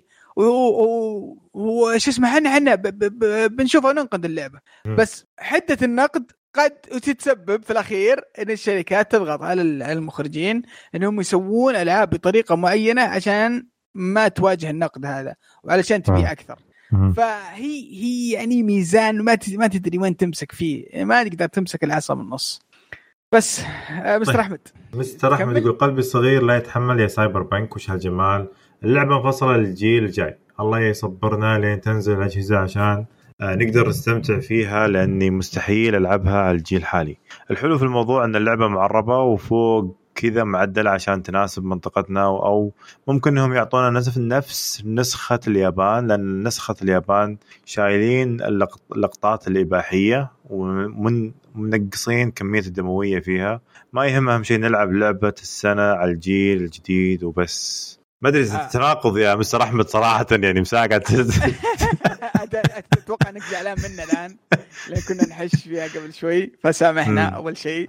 Speaker 2: وش اسمه. احنا احنا بنشوفها وننقد اللعبة، بس حدة النقد قد تتسبب في الأخير إن الشركات تضغط على المخرجين إنهم يسوون ألعاب بطريقة معينة عشان ما تواجه النقد هذا وعلشان تبيع أكثر. فهي هي يعني ميزان ما ما تدري وين تمسك فيه، ما تقدر تمسك العصا من النص. بس مستر أحمد
Speaker 1: مستر أحمد يقول قلبي الصغير لا يتحمل يا سايبر بانك، وش هالجمال، اللعبة مفصلة للجيل الجاي، الله يصبرنا لين تنزل الأجهزة عشان نقدر نستمتع فيها، لأني مستحيل ألعبها على الجيل الحالي. الحلو في الموضوع أن اللعبة معربة وفوق كذا معدلة عشان تناسب منطقتنا، أو ممكن أنهم يعطونا نفس نفس نسخة اليابان، لأن نسخة اليابان شايلين اللقطات الإباحية ومن منقصين كمية الدموية فيها. ما يهم، أهم شيء نلعب لعبة السنة على الجيل الجديد وبس. ما أدري آه. تناقض يا مستر أحمد صراحة، يعني مساعد
Speaker 2: أتوقع أنك زعلان منا الآن لأن كنا نحش فيها قبل شوي فسامحنا أول شيء.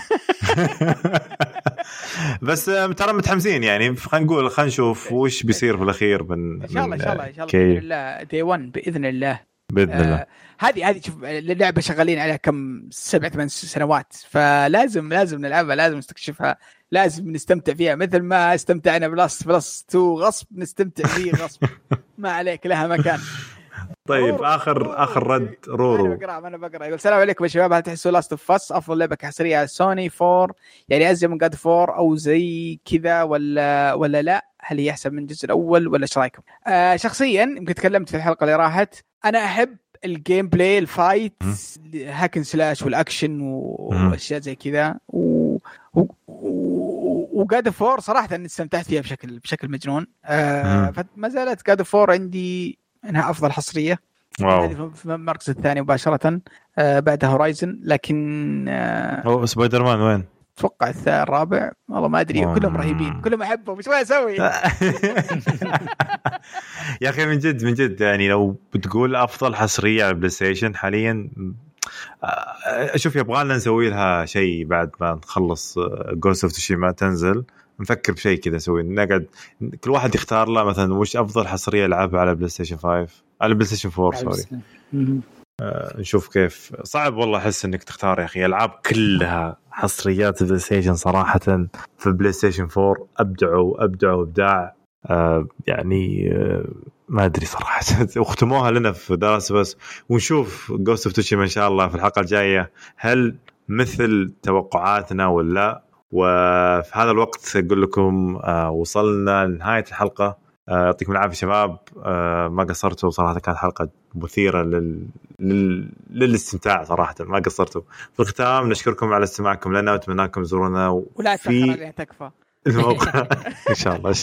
Speaker 1: بس ترى متحمسين يعني، خلينا نقول خلينا نشوف وش بيصير في الأخير بن...
Speaker 2: إن شاء الله إن شاء الله إن شاء الله بإذن الله دي ون بإذن الله
Speaker 1: بإذن الله.
Speaker 2: آه هذه هذه شوف اللعبة شغالين عليها كم سبع ثمان سنوات، فلازم لازم نلعبها، لازم نستكشفها، لازم نستمتع فيها مثل ما استمتعنا بلاست بلس تو غصب نستمتع فيه غصب ما عليك لها مكان.
Speaker 1: طيب
Speaker 2: رورو.
Speaker 1: آخر
Speaker 2: رورو.
Speaker 1: آخر رد رورو.
Speaker 2: أنا بقرأ أنا بقرأ يقول السلام عليكم يا شباب، هل تحسوا لاست اوف اس أفضل لعبة حصرية على سوني فور يعني أزيد من جاد فور أو زي كذا ولا ولا لا؟ هل هي أحسن من الجزء الأول ولا إيش رأيكم؟ آه شخصيا يمكن تكلمت في الحلقة اللي راحت، أنا أحب الجيم بلاي الفايت هاكن سلاش والأكشن وأشياء زي كذا و... و... وجاد فور صراحة أن استمتعت فيها بشكل بشكل مجنون. آه فما زالت جاد فور عندي انها افضل حصريه، هذه في المركز الثاني مباشره آه بعدها هورايزن، لكن آه
Speaker 1: هو سبايدر مان وين؟
Speaker 2: اتوقع الرابع والله ما ادري. كلهم رهيبين كلهم احبهم، ايش ما اسوي؟
Speaker 1: يا اخي من جد من جد يعني لو بتقول افضل حصريه على البلاي ستيشن حاليا، اشوف يبغى لنا نسوي لها شيء بعد ما نخلص جوست اوف تسوشيما تنزل، نفكر بشيء كذا نسوي، نقعد كل واحد يختار له مثلا وش افضل حصريه يلعبها على بلاي ستيشن فايف على بلاي ستيشن فور سوري. آه نشوف كيف. صعب والله احس انك تختار يا اخي، العاب كلها حصريات بلاي ستيشن صراحه في بلاي ستيشن فور ابدعوا ابدعوا ابداع آه يعني آه ما ادري صراحه. واختموها لنا في دراسه بس، ونشوف جوست اوف تسوشيما ان شاء الله في الحلقه الجايه هل مثل توقعاتنا ولا. وفي هذا الوقت أقول لكم آه وصلنا لنهاية الحلقة. يعطيكم العافيه شباب. ما قصرتوا صراحه، كانت حلقه مثيره لل... لل... للاستمتاع صراحه، ما قصرتوا. في الختام نشكركم على استماعكم لنا واتمنى لكم تزورونا و...
Speaker 2: ولا
Speaker 1: في
Speaker 2: تأخر تكفى
Speaker 1: الموقع ان شاء الله.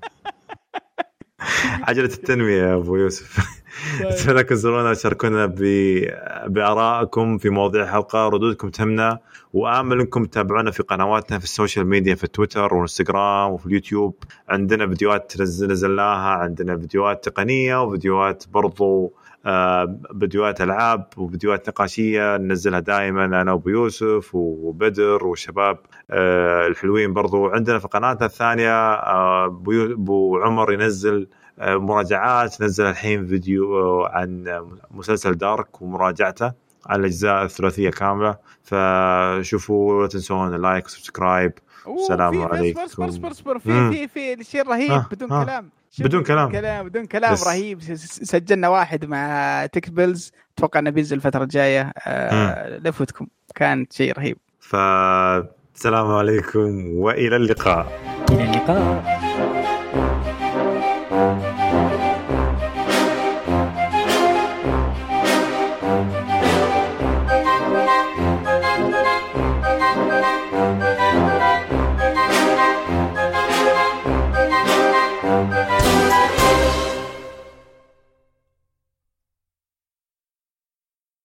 Speaker 1: عجلة التنمية يا أبو يوسف. أتمنى تزورونا وتشاركونا بآرائكم في مواضيع الحلقة، ردودكم تهمنا، وآمل أنكم تتابعونا في قنواتنا في السوشيال ميديا، في تويتر وإنستغرام وفي اليوتيوب. عندنا فيديوهات نزلناها، عندنا فيديوهات تقنية وفيديوهات برضو آه فيديوهات ألعاب وفيديوهات نقاشية ننزلها دائما أنا وأبو يوسف وبدر والشباب آه الحلوين. برضو عندنا في قناتنا الثانية آه أبو عمر ينزل آه مراجعات، نزل الحين فيديو عن مسلسل دارك ومراجعته على الأجزاء الثلاثية كاملة، فشوفوا لا تنسون اللايك وسبسكرايب. السلام عليكم.
Speaker 2: بس بس بس بس في في في الشيء رهيب آه بدون آه كلام
Speaker 1: بدون كلام
Speaker 2: كلام بدون كلام بس. رهيب. سجلنا واحد مع تكبلز، اتوقع انه بينزل الفتره الجايه. آه لفتكم كان شيء رهيب.
Speaker 1: فالسلام عليكم والى اللقاء.
Speaker 3: الى اللقاء.